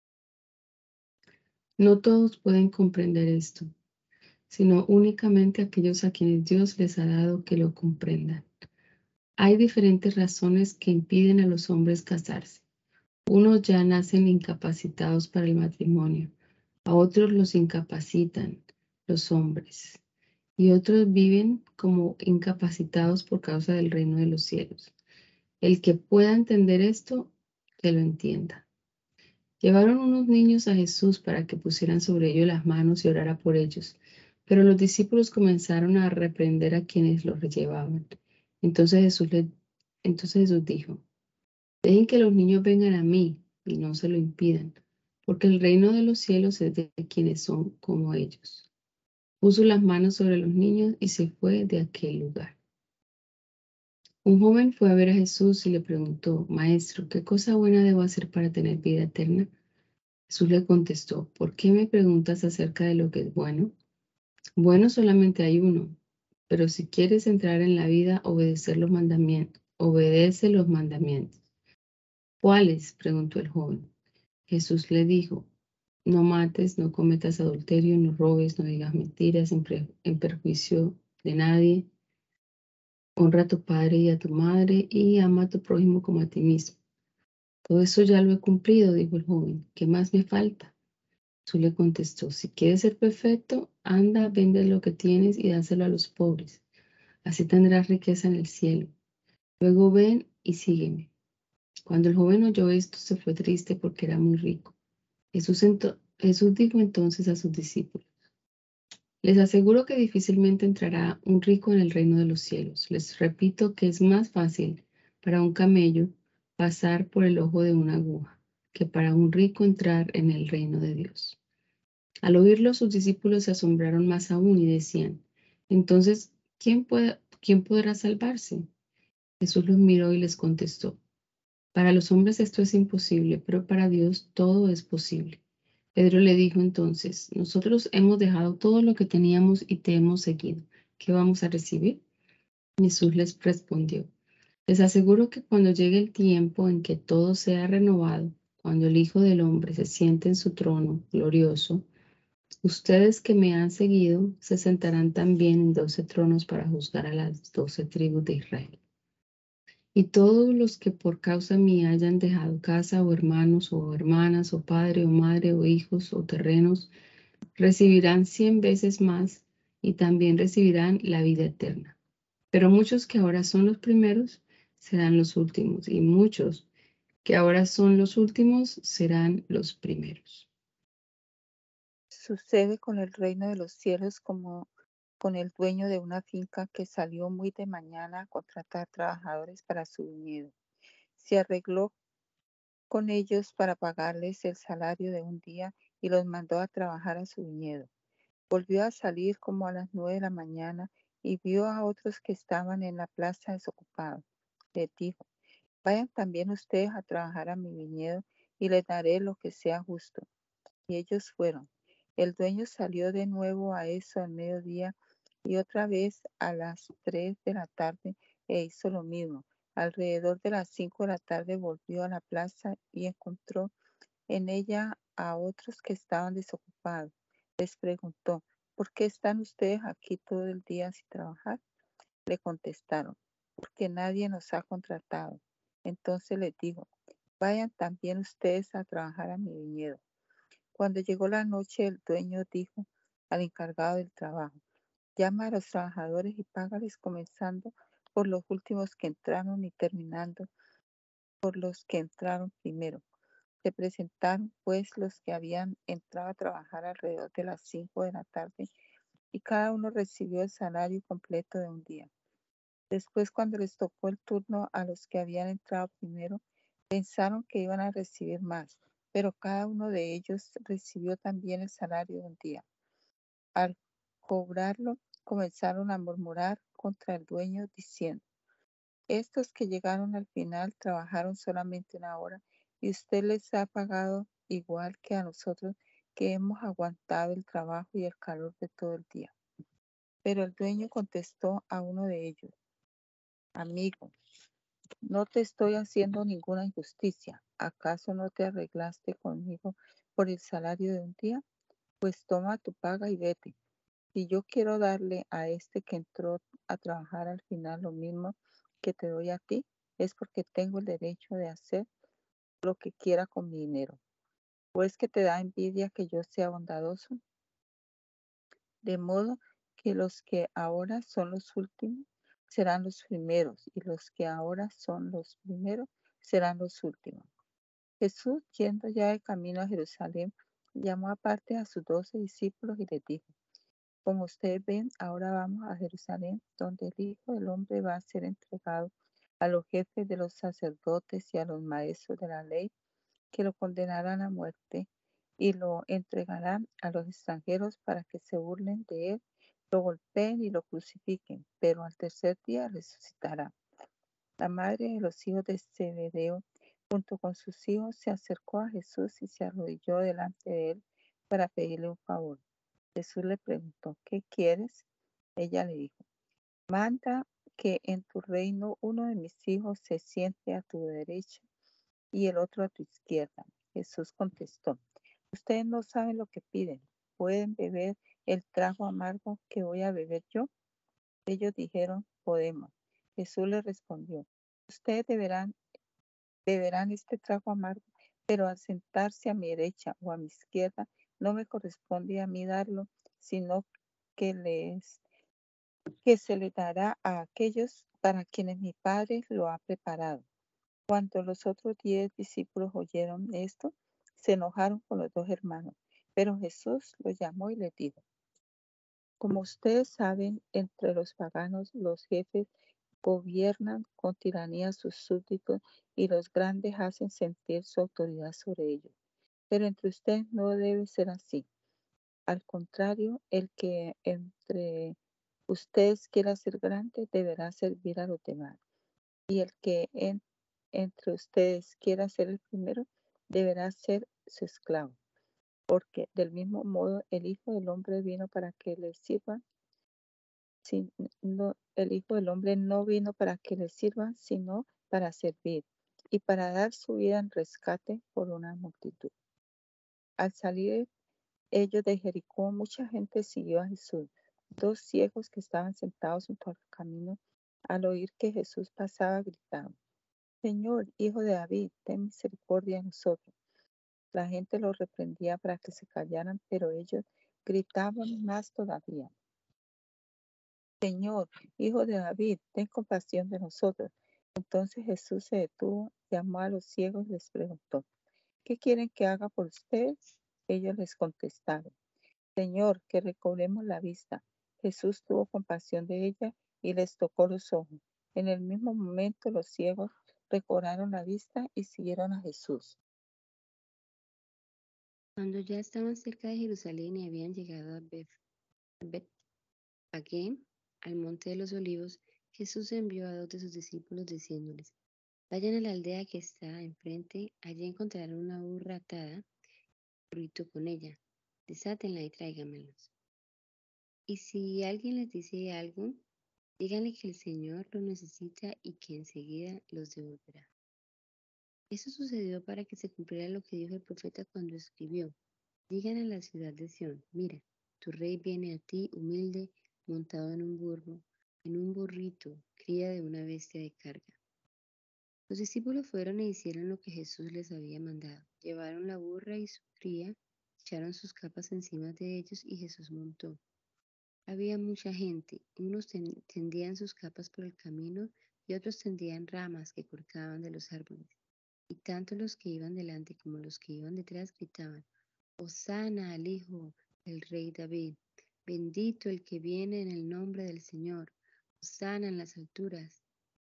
no todos pueden comprender esto, sino únicamente aquellos a quienes Dios les ha dado que lo comprendan. Hay diferentes razones que impiden a los hombres casarse. Unos ya nacen incapacitados para el matrimonio, a otros los incapacitan los hombres, y otros viven como incapacitados por causa del reino de los cielos. El que pueda entender esto, que lo entienda. Llevaron unos niños a Jesús para que pusieran sobre ellos las manos y orara por ellos, pero los discípulos comenzaron a reprender a quienes los llevaban. Entonces Jesús dijo, dejen que los niños vengan a mí y no se lo impidan, porque el reino de los cielos es de quienes son como ellos. Puso las manos sobre los niños y se fue de aquel lugar. Un joven fue a ver a Jesús y le preguntó, Maestro, ¿qué cosa buena debo hacer para tener vida eterna? Jesús le contestó, ¿por qué me preguntas acerca de lo que es bueno? Bueno solamente hay uno, pero si quieres entrar en la vida, obedece los mandamientos. ¿Cuáles? Preguntó el joven. Jesús le dijo, no mates, no cometas adulterio, no robes, no digas mentiras en perjuicio de nadie. Honra a tu padre y a tu madre y ama a tu prójimo como a ti mismo. Todo eso ya lo he cumplido, dijo el joven. ¿Qué más me falta? Jesús le contestó, si quieres ser perfecto, anda, vende lo que tienes y dáselo a los pobres. Así tendrás riqueza en el cielo. Luego ven y sígueme. Cuando el joven oyó esto, se fue triste porque era muy rico. Jesús dijo entonces a sus discípulos, les aseguro que difícilmente entrará un rico en el reino de los cielos. Les repito que es más fácil para un camello pasar por el ojo de una aguja que para un rico entrar en el reino de Dios. Al oírlo, sus discípulos se asombraron más aún y decían, entonces, ¿quién podrá salvarse? Jesús los miró y les contestó, para los hombres esto es imposible, pero para Dios todo es posible. Pedro le dijo entonces, nosotros hemos dejado todo lo que teníamos y te hemos seguido. ¿Qué vamos a recibir? Jesús les respondió, les aseguro que cuando llegue el tiempo en que todo sea renovado, cuando el Hijo del Hombre se siente en su trono glorioso, ustedes que me han seguido se sentarán también en 12 tronos para juzgar a las 12 tribus de Israel. Y todos los que por causa mía hayan dejado casa o hermanos o hermanas o padre o madre o hijos o terrenos, recibirán 100 veces más y también recibirán la vida eterna. Pero muchos que ahora son los primeros serán los últimos y muchos que ahora son los últimos serán los primeros. Sucede con el reino de los cielos como con el dueño de una finca que salió muy de mañana a contratar trabajadores para su viñedo. Se arregló con ellos para pagarles el salario de un día y los mandó a trabajar a su viñedo. Volvió a salir como a las 9 de la mañana y vio a otros que estaban en la plaza desocupados. Les dijo, vayan también ustedes a trabajar a mi viñedo y les daré lo que sea justo. Y ellos fueron. El dueño salió de nuevo a eso al mediodía y otra vez a las 3 de la tarde e hizo lo mismo. Alrededor de las 5 de la tarde volvió a la plaza y encontró en ella a otros que estaban desocupados. Les preguntó, ¿por qué están ustedes aquí todo el día sin trabajar? Le contestaron, porque nadie nos ha contratado. Entonces les dijo, vayan también ustedes a trabajar a mi viñedo. Cuando llegó la noche, el dueño dijo al encargado del trabajo, llama a los trabajadores y págales comenzando por los últimos que entraron y terminando por los que entraron primero. Se presentaron pues los que habían entrado a trabajar alrededor de las 5 de la tarde y cada uno recibió el salario completo de un día. Después, cuando les tocó el turno a los que habían entrado primero, pensaron que iban a recibir más, pero cada uno de ellos recibió también el salario de un día. Al cobrarlo, comenzaron a murmurar contra el dueño diciendo, estos que llegaron al final trabajaron solamente una hora y usted les ha pagado igual que a nosotros que hemos aguantado el trabajo y el calor de todo el día. Pero el dueño contestó a uno de ellos, amigo, no te estoy haciendo ninguna injusticia. ¿Acaso no te arreglaste conmigo por el salario de un día? Pues toma tu paga y vete. Si yo quiero darle a este que entró a trabajar al final lo mismo que te doy a ti, es porque tengo el derecho de hacer lo que quiera con mi dinero. ¿O es que te da envidia que yo sea bondadoso? De modo que los que ahora son los últimos serán los primeros y los que ahora son los primeros serán los últimos. Jesús, yendo ya de camino a Jerusalén, llamó aparte a sus 12 discípulos y les dijo, como ustedes ven, ahora vamos a Jerusalén, donde el Hijo del Hombre va a ser entregado a los jefes de los sacerdotes y a los maestros de la ley, que lo condenarán a muerte y lo entregarán a los extranjeros para que se burlen de él, lo golpeen y lo crucifiquen, pero al tercer día resucitará. La madre de los hijos de Zebedeo, junto con sus hijos, se acercó a Jesús y se arrodilló delante de él para pedirle un favor. Jesús le preguntó, ¿qué quieres? Ella le dijo, manda que en tu reino uno de mis hijos se siente a tu derecha y el otro a tu izquierda. Jesús contestó, ustedes no saben lo que piden. ¿Pueden beber el trago amargo que voy a beber yo? Ellos dijeron, podemos. Jesús les respondió, ustedes beberán este trago amargo, pero al sentarse a mi derecha o a mi izquierda, no me corresponde a mí darlo, sino que se le dará a aquellos para quienes mi Padre lo ha preparado. Cuando los otros 10 discípulos oyeron esto, se enojaron con los 2 hermanos. Pero Jesús los llamó y les dijo, como ustedes saben, entre los paganos los jefes gobiernan con tiranía a sus súbditos y los grandes hacen sentir su autoridad sobre ellos. Pero entre ustedes no debe ser así. Al contrario, el que entre ustedes quiera ser grande deberá servir a los demás. Y el que entre ustedes quiera ser el primero deberá ser su esclavo. Porque del mismo modo el Hijo del Hombre vino para que le sirvan. El Hijo del Hombre no vino para que le sirvan, sino para servir y para dar su vida en rescate por una multitud. Al salir ellos de Jericó, mucha gente siguió a Jesús. 2 ciegos que estaban sentados junto al camino, al oír que Jesús pasaba, gritaron, Señor, Hijo de David, ten misericordia de nosotros. La gente los reprendía para que se callaran, pero ellos gritaban más todavía. Señor, Hijo de David, ten compasión de nosotros. Entonces Jesús se detuvo, llamó a los ciegos y les preguntó, ¿qué quieren que haga por ustedes? Ellos les contestaron, Señor, que recobremos la vista. Jesús tuvo compasión de ella y les tocó los ojos. En el mismo momento los ciegos recobraron la vista y siguieron a Jesús. Cuando ya estaban cerca de Jerusalén y habían llegado a Betfagé, al monte de los olivos, Jesús envió a 2 de sus discípulos diciéndoles, vayan a la aldea que está enfrente, allí encontrarán una burra atada, burrito con ella, desátenla y tráigamelos. Y si alguien les dice algo, Díganle que el Señor lo necesita y que enseguida los devolverá. Eso sucedió para que se cumpliera lo que dijo el profeta cuando escribió: digan a la ciudad de Sión, mira, tu rey viene a ti humilde, montado en un burro, en un burrito, cría de una bestia de carga. Los discípulos fueron e hicieron lo que Jesús les había mandado. Llevaron la burra y su cría, echaron sus capas encima de ellos y Jesús montó. Había mucha gente, unos tendían sus capas por el camino y otros tendían ramas que cortaban de los árboles. Y tanto los que iban delante como los que iban detrás gritaban: Hosana al Hijo del Rey David, bendito el que viene en el nombre del Señor, Hosana en las alturas.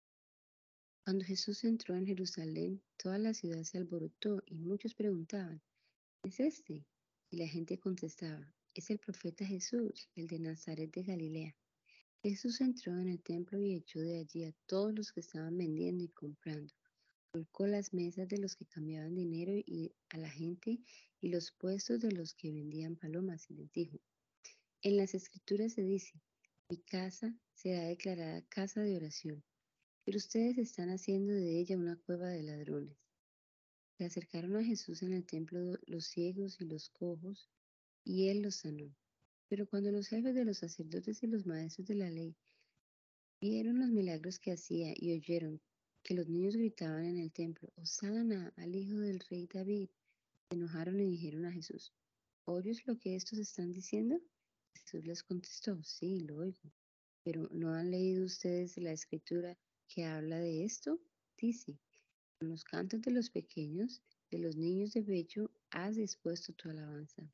Cuando Jesús entró en Jerusalén, toda la ciudad se alborotó y muchos preguntaban: ¿Quién es este? Y la gente contestaba: es el profeta Jesús, el de Nazaret de Galilea. Jesús entró en el templo y echó de allí a todos los que estaban vendiendo y comprando. Volcó las mesas de los que cambiaban dinero y a la gente y los puestos de los que vendían palomas y les dijo: en las escrituras se dice, mi casa será declarada casa de oración, pero ustedes están haciendo de ella una cueva de ladrones. Se acercaron a Jesús en el templo los ciegos y los cojos, y él los sanó. Pero cuando los jefes de los sacerdotes y los maestros de la ley vieron los milagros que hacía y oyeron que los niños gritaban en el templo: Hosana al Hijo del Rey David, se enojaron y dijeron a Jesús: ¿oyes lo que estos están diciendo? Jesús les contestó: sí, lo oigo. Pero ¿no han leído ustedes la escritura que habla de esto? Dice: con los cantos de los pequeños, de los niños de pecho, has dispuesto tu alabanza.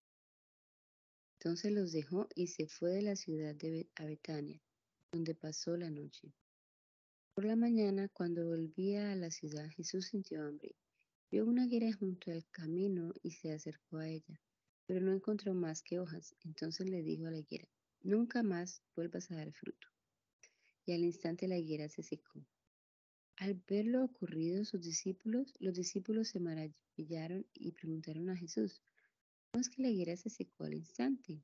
Entonces los dejó y se fue de la ciudad a Betania, donde pasó la noche. Por la mañana, cuando volvía a la ciudad, Jesús sintió hambre. Vio una higuera junto al camino y se acercó a ella, pero no encontró más que hojas. Entonces le dijo a la higuera: nunca más vuelvas a dar fruto. Y al instante la higuera se secó. Al ver lo ocurrido, los discípulos se maravillaron y preguntaron a Jesús: ¿cómo es que la higuera se secó al instante?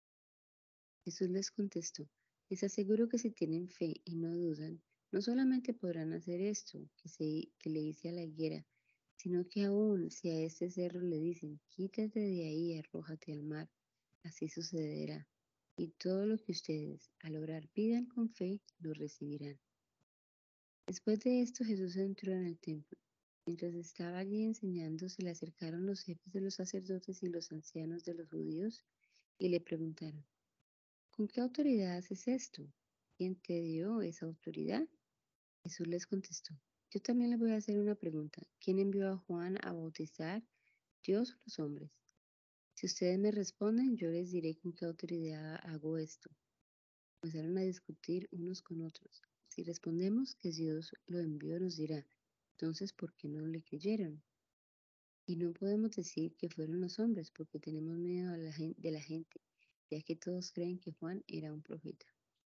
Jesús les contestó: les aseguro que si tienen fe y no dudan, no solamente podrán hacer esto que le hice a la higuera, sino que aún si a este cerro le dicen: quítate de ahí y arrójate al mar, así sucederá. Y todo lo que ustedes al orar pidan con fe, lo recibirán. Después de esto, Jesús entró en el templo. Mientras estaba allí enseñando, se le acercaron los jefes de los sacerdotes y los ancianos de los judíos y le preguntaron: ¿con qué autoridad haces esto? ¿Quién te dio esa autoridad? Jesús les contestó: yo también les voy a hacer una pregunta. ¿Quién envió a Juan a bautizar, Dios o los hombres? Si ustedes me responden, yo les diré con qué autoridad hago esto. Comenzaron a discutir unos con otros. Si respondemos que Dios lo envió, nos dirá: entonces, ¿por qué no le creyeron? Y no podemos decir que fueron los hombres, porque tenemos miedo de la gente, ya que todos creen que Juan era un profeta.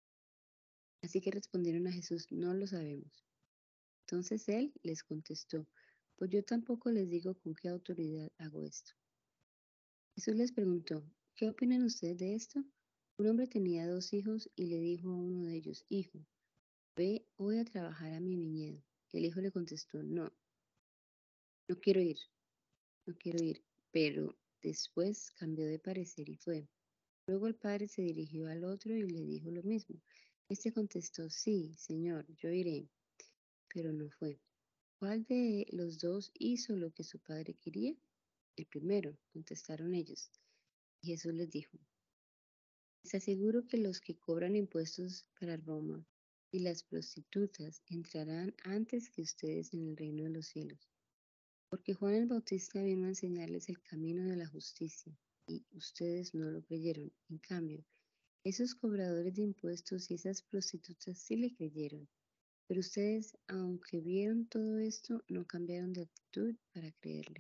Así que respondieron a Jesús: no lo sabemos. Entonces él les contestó: pues yo tampoco les digo con qué autoridad hago esto. Jesús les preguntó: ¿qué opinan ustedes de esto? Un hombre tenía 2 hijos y le dijo a uno de ellos: hijo, ve hoy a trabajar a mi viñedo. Y el hijo le contestó: no, no quiero ir, no quiero ir. Pero después cambió de parecer y fue. Luego el padre se dirigió al otro y le dijo lo mismo. Este contestó: sí, señor, yo iré. Pero no fue. ¿Cuál de los dos hizo lo que su padre quería? El primero, contestaron ellos. Y Jesús les dijo: les aseguro que los que cobran impuestos para Roma y las prostitutas entrarán antes que ustedes en el reino de los cielos. Porque Juan el Bautista vino a enseñarles el camino de la justicia, y ustedes no lo creyeron. En cambio, esos cobradores de impuestos y esas prostitutas sí le creyeron. Pero ustedes, aunque vieron todo esto, no cambiaron de actitud para creerle.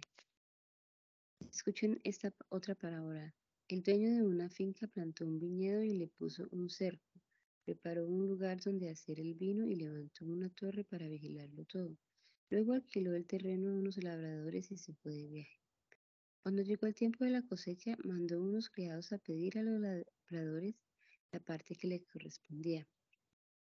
Escuchen esta otra parábola. El dueño de una finca plantó un viñedo y le puso un cerco. Preparó un lugar donde hacer el vino y levantó una torre para vigilarlo todo. Luego alquiló el terreno a unos labradores y se fue de viaje. Cuando llegó el tiempo de la cosecha, mandó unos criados a pedir a los labradores la parte que le correspondía.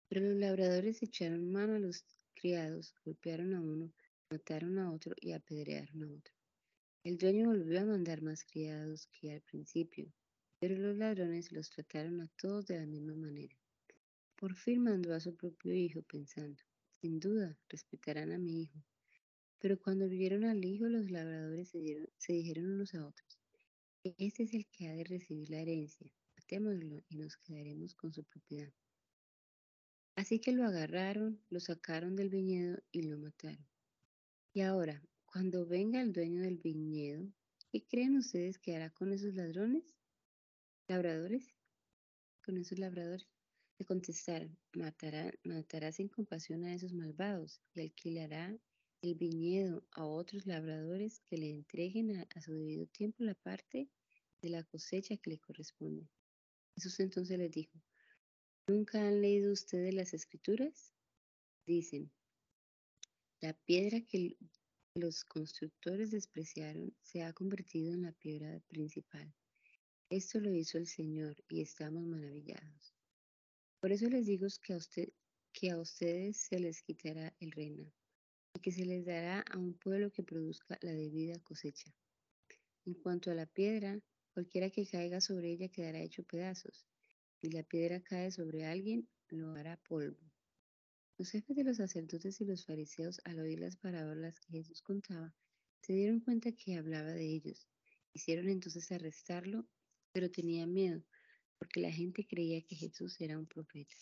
Pero los labradores echaron mano a los criados, golpearon a uno, mataron a otro y apedrearon a otro. El dueño volvió a mandar más criados que al principio, pero los ladrones los trataron a todos de la misma manera. Por fin mandó a su propio hijo, pensando, sin duda, respetarán a mi hijo. Pero cuando vieron al hijo, los labradores se dijeron unos a otros, este es el que ha de recibir la herencia, matémoslo y nos quedaremos con su propiedad. Así que lo agarraron, lo sacaron del viñedo y lo mataron. Y ahora, cuando venga el dueño del viñedo, ¿qué creen ustedes que hará con esos labradores? Con esos labradores. Le contestaron, matará sin compasión a esos malvados y alquilará el viñedo a otros labradores que le entreguen a su debido tiempo la parte de la cosecha que le corresponde. Jesús entonces les dijo, ¿nunca han leído ustedes las Escrituras? Dicen, la piedra que los constructores despreciaron se ha convertido en la piedra principal. Esto lo hizo el Señor y estamos maravillados. Por eso les digo que a ustedes se les quitará el reino y que se les dará a un pueblo que produzca la debida cosecha. En cuanto a la piedra, cualquiera que caiga sobre ella quedará hecho pedazos. Si la piedra cae sobre alguien, lo hará polvo. Los jefes de los sacerdotes y los fariseos, al oír las parábolas que Jesús contaba, se dieron cuenta que hablaba de ellos. Quisieron entonces arrestarlo, pero tenían miedo, porque la gente creía que Jesús era un profeta.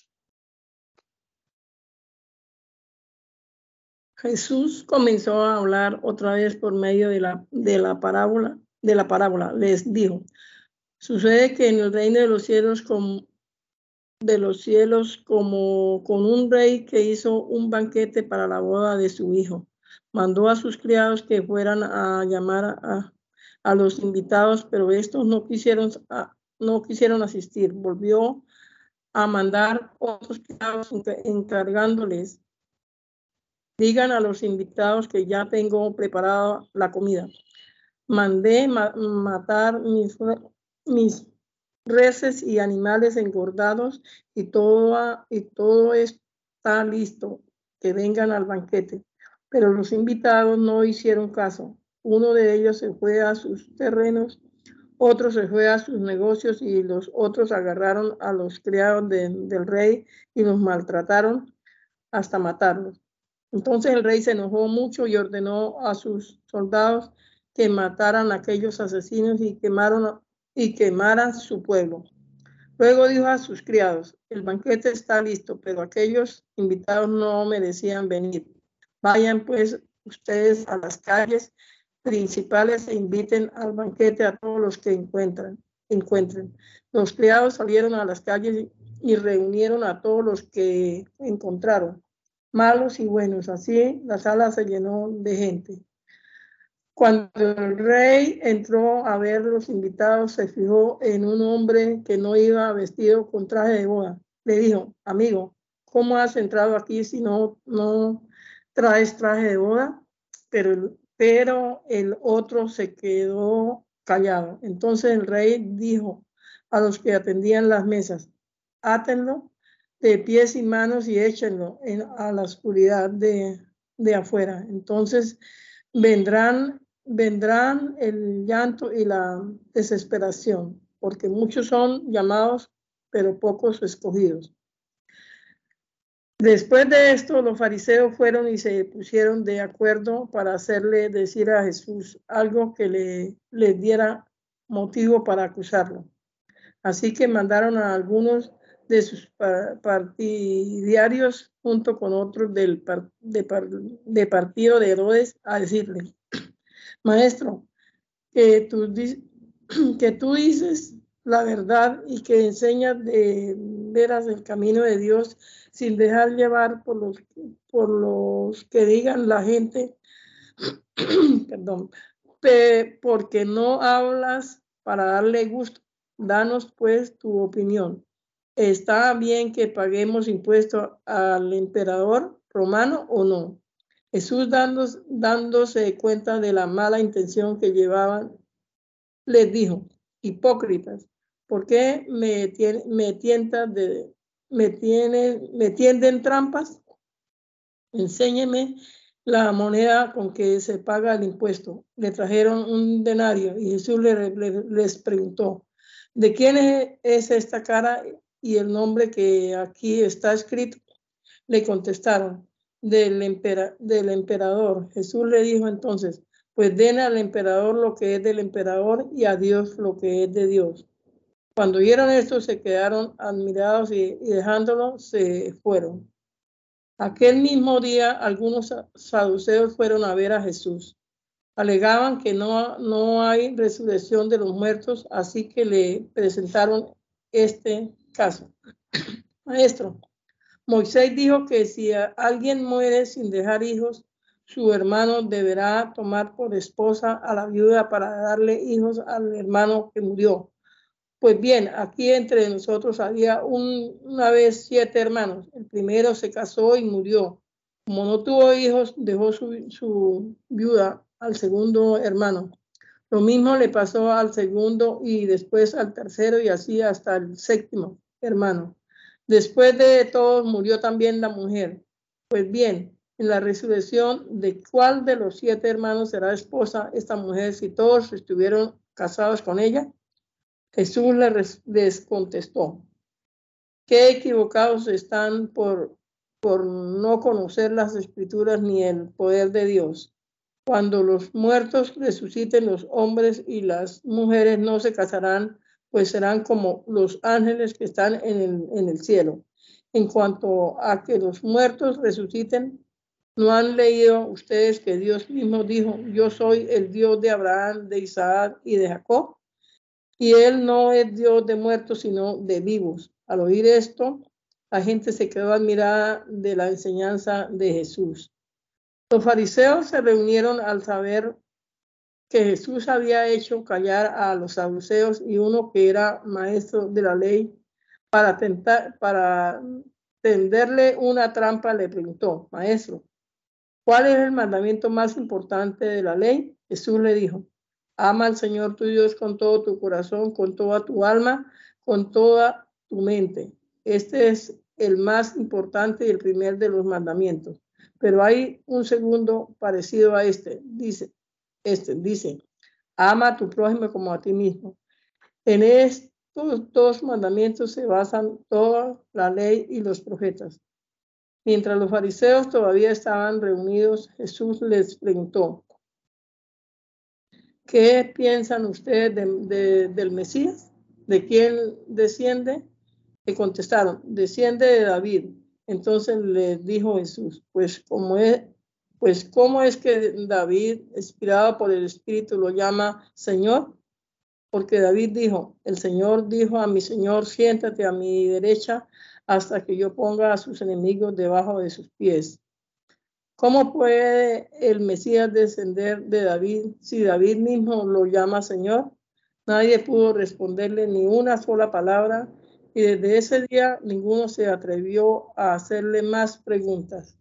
Jesús comenzó a hablar otra vez por medio de la parábola. Les dijo, sucede que en el reino de los cielos como con un rey que hizo un banquete para la boda de su hijo. Mandó a sus criados que fueran a llamar a los invitados, pero estos no quisieron asistir. Volvió a mandar otros criados encargándoles, digan a los invitados que ya tengo preparada la comida. Mandé matar mis reses y animales engordados y todo está listo, que vengan al banquete. Pero los invitados no hicieron caso. Uno de ellos se fue a sus terrenos, otro se fue a sus negocios y los otros agarraron a los criados del rey y los maltrataron hasta matarlos. Entonces el rey se enojó mucho y ordenó a sus soldados que mataran a aquellos asesinos y quemaran su pueblo. Luego dijo a sus criados, el banquete está listo, pero aquellos invitados no merecían venir. Vayan pues ustedes a las calles principales e inviten al banquete a todos los que encuentren. Los criados salieron a las calles y reunieron a todos los que encontraron, malos y buenos. Así la sala se llenó de gente. Cuando el rey entró a ver los invitados, se fijó en un hombre que no iba vestido con traje de boda. Le dijo, amigo, ¿cómo has entrado aquí si no traes traje de boda? Pero el otro se quedó callado. Entonces el rey dijo a los que atendían las mesas, átenlo de pies y manos y échenlo a la oscuridad de afuera. Entonces vendrán el llanto y la desesperación, porque muchos son llamados, pero pocos escogidos. Después de esto, los fariseos fueron y se pusieron de acuerdo para hacerle decir a Jesús algo que le diera motivo para acusarlo. Así que mandaron a algunos de sus partidarios junto con otros del partido de Herodes a decirle, Maestro, que tú dices la verdad y que enseñas de veras el camino de Dios sin dejar llevar por los que digan la gente, perdón, porque no hablas para darle gusto. Danos pues tu opinión. ¿Está bien que paguemos impuestos al emperador romano o no? Jesús, dándose cuenta de la mala intención que llevaban, les dijo, hipócritas, ¿por qué me me tienden trampas. Enséñeme la moneda con que se paga el impuesto. Le trajeron un denario y Jesús les preguntó, ¿de quién es esta cara y el nombre que aquí está escrito? Le contestaron, del emperador. Jesús le dijo entonces, pues den al emperador lo que es del emperador y a Dios lo que es de Dios. Cuando oyeron esto se quedaron admirados y dejándolo se fueron. Aquel mismo día algunos saduceos fueron a ver a Jesús. Alegaban que no hay resurrección de los muertos, así que le presentaron este caso. Maestro, Moisés dijo que si alguien muere sin dejar hijos, su hermano deberá tomar por esposa a la viuda para darle hijos al hermano que murió. Pues bien, aquí entre nosotros había una vez 7 hermanos. El primero se casó y murió. Como no tuvo hijos, dejó su viuda al segundo hermano. Lo mismo le pasó al segundo y después al tercero y así hasta el 7º hermano. Después de todos murió también la mujer. Pues bien, en la resurrección, ¿de cuál de los 7 hermanos será esposa esta mujer si todos estuvieron casados con ella? Jesús les contestó, qué equivocados están por no conocer las escrituras ni el poder de Dios. Cuando los muertos resuciten, los hombres y las mujeres no se casarán, pues serán como los ángeles que están en el cielo. En cuanto a que los muertos resuciten, ¿no han leído ustedes que Dios mismo dijo, yo soy el Dios de Abraham, de Isaac y de Jacob? Y él no es Dios de muertos, sino de vivos. Al oír esto, la gente se quedó admirada de la enseñanza de Jesús. Los fariseos se reunieron al saber que Jesús había hecho callar a los saduceos y uno que era maestro de la ley para tenderle una trampa le preguntó, maestro, ¿cuál es el mandamiento más importante de la ley? Jesús le dijo, ama al Señor tu Dios con todo tu corazón, con toda tu alma, con toda tu mente. Este es el más importante y el primer de los mandamientos. Pero hay un segundo parecido a dice, ama a tu prójimo como a ti mismo. En estos 2 mandamientos se basan toda la ley y los profetas. Mientras los fariseos todavía estaban reunidos, Jesús les preguntó, ¿qué piensan ustedes del Mesías? ¿De quién desciende? Le contestaron, desciende de David. Entonces les dijo Jesús, ¿cómo es que David, inspirado por el Espíritu, lo llama Señor? Porque David dijo, el Señor dijo a mi Señor, siéntate a mi derecha hasta que yo ponga a sus enemigos debajo de sus pies. ¿Cómo puede el Mesías descender de David si David mismo lo llama Señor? Nadie pudo responderle ni una sola palabra y desde ese día ninguno se atrevió a hacerle más preguntas.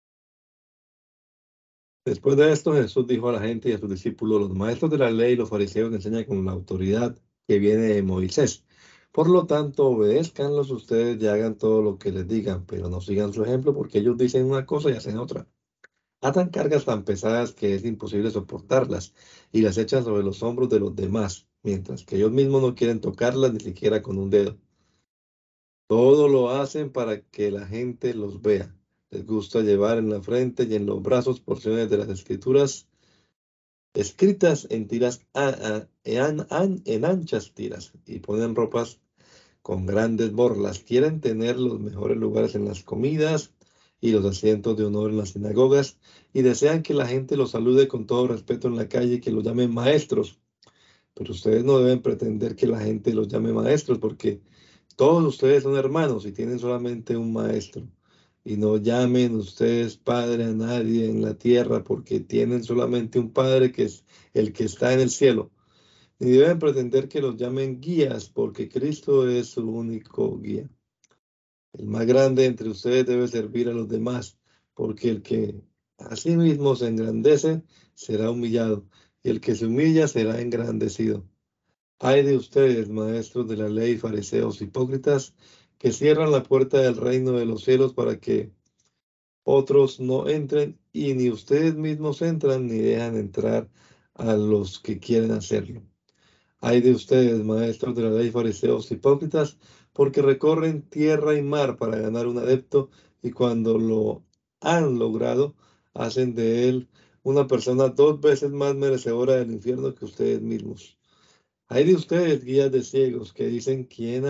Después de esto, Jesús dijo a la gente y a sus discípulos, los maestros de la ley y los fariseos enseñan con la autoridad que viene de Moisés. Por lo tanto, obedézcanlos ustedes y hagan todo lo que les digan, pero no sigan su ejemplo porque ellos dicen una cosa y hacen otra. Atan cargas tan pesadas que es imposible soportarlas y las echan sobre los hombros de los demás, mientras que ellos mismos no quieren tocarlas ni siquiera con un dedo. Todo lo hacen para que la gente los vea. Les gusta llevar en la frente y en los brazos porciones de las escrituras escritas en tiras en anchas tiras y ponen ropas con grandes borlas. Quieren tener los mejores lugares en las comidas y los asientos de honor en las sinagogas y desean que la gente los salude con todo respeto en la calle y que los llamen maestros. Pero ustedes no deben pretender que la gente los llame maestros porque todos ustedes son hermanos y tienen solamente un maestro. Y no llamen ustedes padre a nadie en la tierra porque tienen solamente un padre que es el que está en el cielo. Ni deben pretender que los llamen guías porque Cristo es su único guía. El más grande entre ustedes debe servir a los demás porque el que a sí mismo se engrandece será humillado y el que se humilla será engrandecido. Ay de ustedes, maestros de la ley, fariseos hipócritas, que cierran la puerta del reino de los cielos para que otros no entren, y ni ustedes mismos entran ni dejan entrar a los que quieren hacerlo. Ay de ustedes, maestros de la ley, fariseos hipócritas, porque recorren tierra y mar para ganar un adepto, y cuando lo han logrado, hacen de él una persona 2 veces más merecedora del infierno que ustedes mismos. Ay de ustedes, guías de ciegos, que dicen: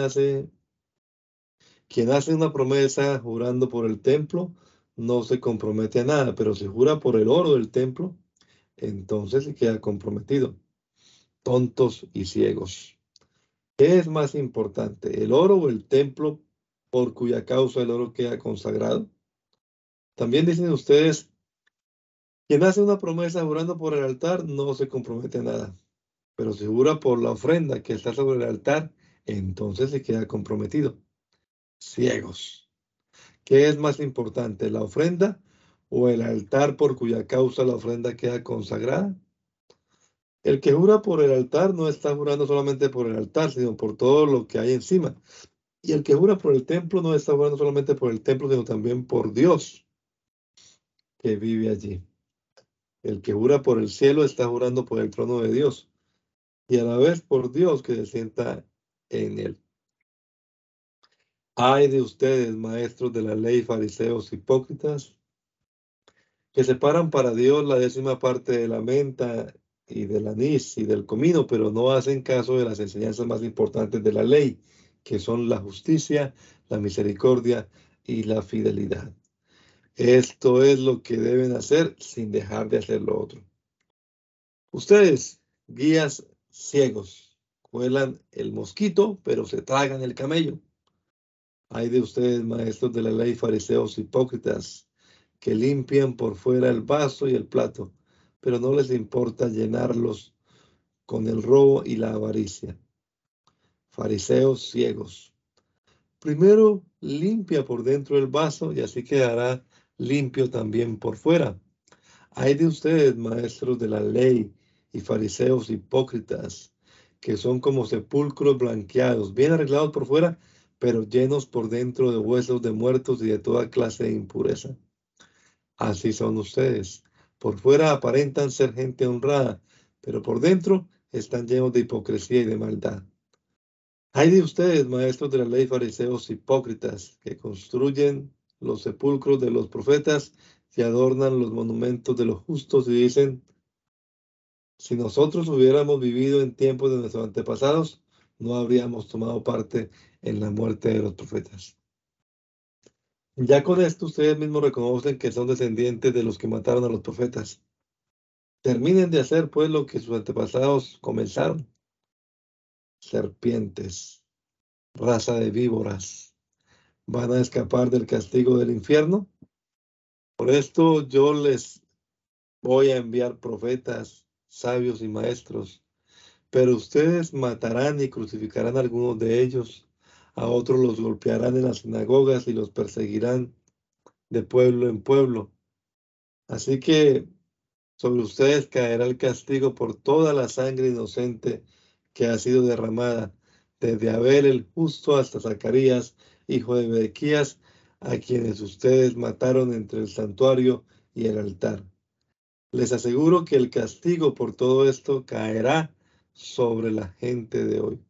quien hace una promesa jurando por el templo no se compromete a nada, pero si jura por el oro del templo, entonces se queda comprometido. Tontos y ciegos. ¿Qué es más importante, el oro o el templo por cuya causa el oro queda consagrado? También dicen ustedes: quien hace una promesa jurando por el altar no se compromete a nada, pero si jura por la ofrenda que está sobre el altar, entonces se queda comprometido. Ciegos. ¿Qué es más importante, la ofrenda o el altar por cuya causa la ofrenda queda consagrada? El que jura por el altar no está jurando solamente por el altar, sino por todo lo que hay encima. Y el que jura por el templo no está jurando solamente por el templo, sino también por Dios que vive allí. El que jura por el cielo está jurando por el trono de Dios y a la vez por Dios que se sienta en él. Ay de ustedes, maestros de la ley, fariseos hipócritas, que separan para Dios la 10ª parte de la menta y del anís y del comino, pero no hacen caso de las enseñanzas más importantes de la ley, que son la justicia, la misericordia y la fidelidad. Esto es lo que deben hacer sin dejar de hacer lo otro. Ustedes, guías ciegos, cuelan el mosquito, pero se tragan el camello. Ay de ustedes, maestros de la ley, fariseos hipócritas, que limpian por fuera el vaso y el plato, pero no les importa llenarlos con el robo y la avaricia. Fariseos ciegos. Primero limpia por dentro el vaso y así quedará limpio también por fuera. Ay de ustedes, maestros de la ley y fariseos hipócritas, que son como sepulcros blanqueados, bien arreglados por fuera, pero llenos por dentro de huesos de muertos y de toda clase de impureza. Así son ustedes. Por fuera aparentan ser gente honrada, pero por dentro están llenos de hipocresía y de maldad. Ay de ustedes, maestros de la ley, fariseos hipócritas, que construyen los sepulcros de los profetas y adornan los monumentos de los justos y dicen: si nosotros hubiéramos vivido en tiempos de nuestros antepasados, no habríamos tomado parte en la muerte de los profetas. Ya con esto ustedes mismos reconocen que son descendientes de los que mataron a los profetas. Terminen de hacer pues lo que sus antepasados comenzaron. Serpientes, raza de víboras, ¿van a escapar del castigo del infierno? Por esto yo les voy a enviar profetas, sabios y maestros, pero ustedes matarán y crucificarán a algunos de ellos, a otros los golpearán en las sinagogas y los perseguirán de pueblo en pueblo. Así que sobre ustedes caerá el castigo por toda la sangre inocente que ha sido derramada, desde Abel el justo hasta Zacarías, hijo de Berequías, a quienes ustedes mataron entre el santuario y el altar. Les aseguro que el castigo por todo esto caerá sobre la gente de hoy.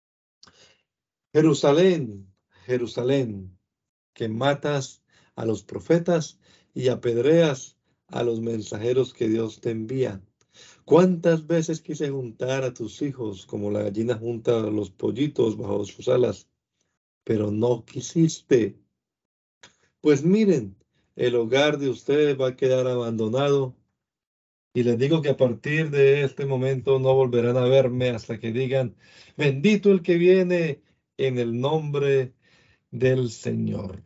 Jerusalén, Jerusalén, que matas a los profetas y apedreas a los mensajeros que Dios te envía. ¿Cuántas veces quise juntar a tus hijos como la gallina junta a los pollitos bajo sus alas? Pero no quisiste. Pues miren, el hogar de ustedes va a quedar abandonado. Y les digo que a partir de este momento no volverán a verme hasta que digan: bendito el que viene en el nombre del Señor.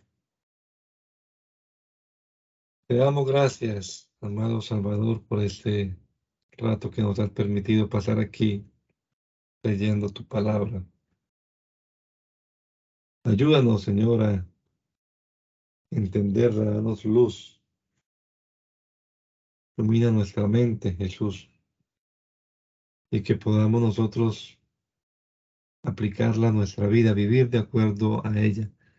Te damos gracias, amado Salvador, por este rato que nos has permitido pasar aquí leyendo tu palabra. Ayúdanos, Señor, a entenderla, danos luz. Ilumina nuestra mente, Jesús, y que podamos nosotros aplicarla a nuestra vida, vivir de acuerdo a ella,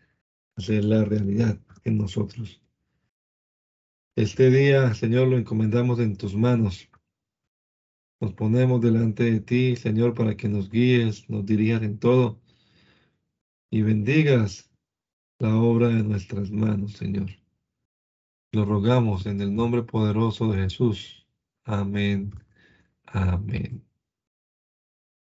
hacer la realidad en nosotros. Este día, Señor, lo encomendamos en tus manos. Nos ponemos delante de ti, Señor, para que nos guíes, nos dirijas en todo y bendigas la obra de nuestras manos, Señor. Lo rogamos en el nombre poderoso de Jesús. Amén. Amén.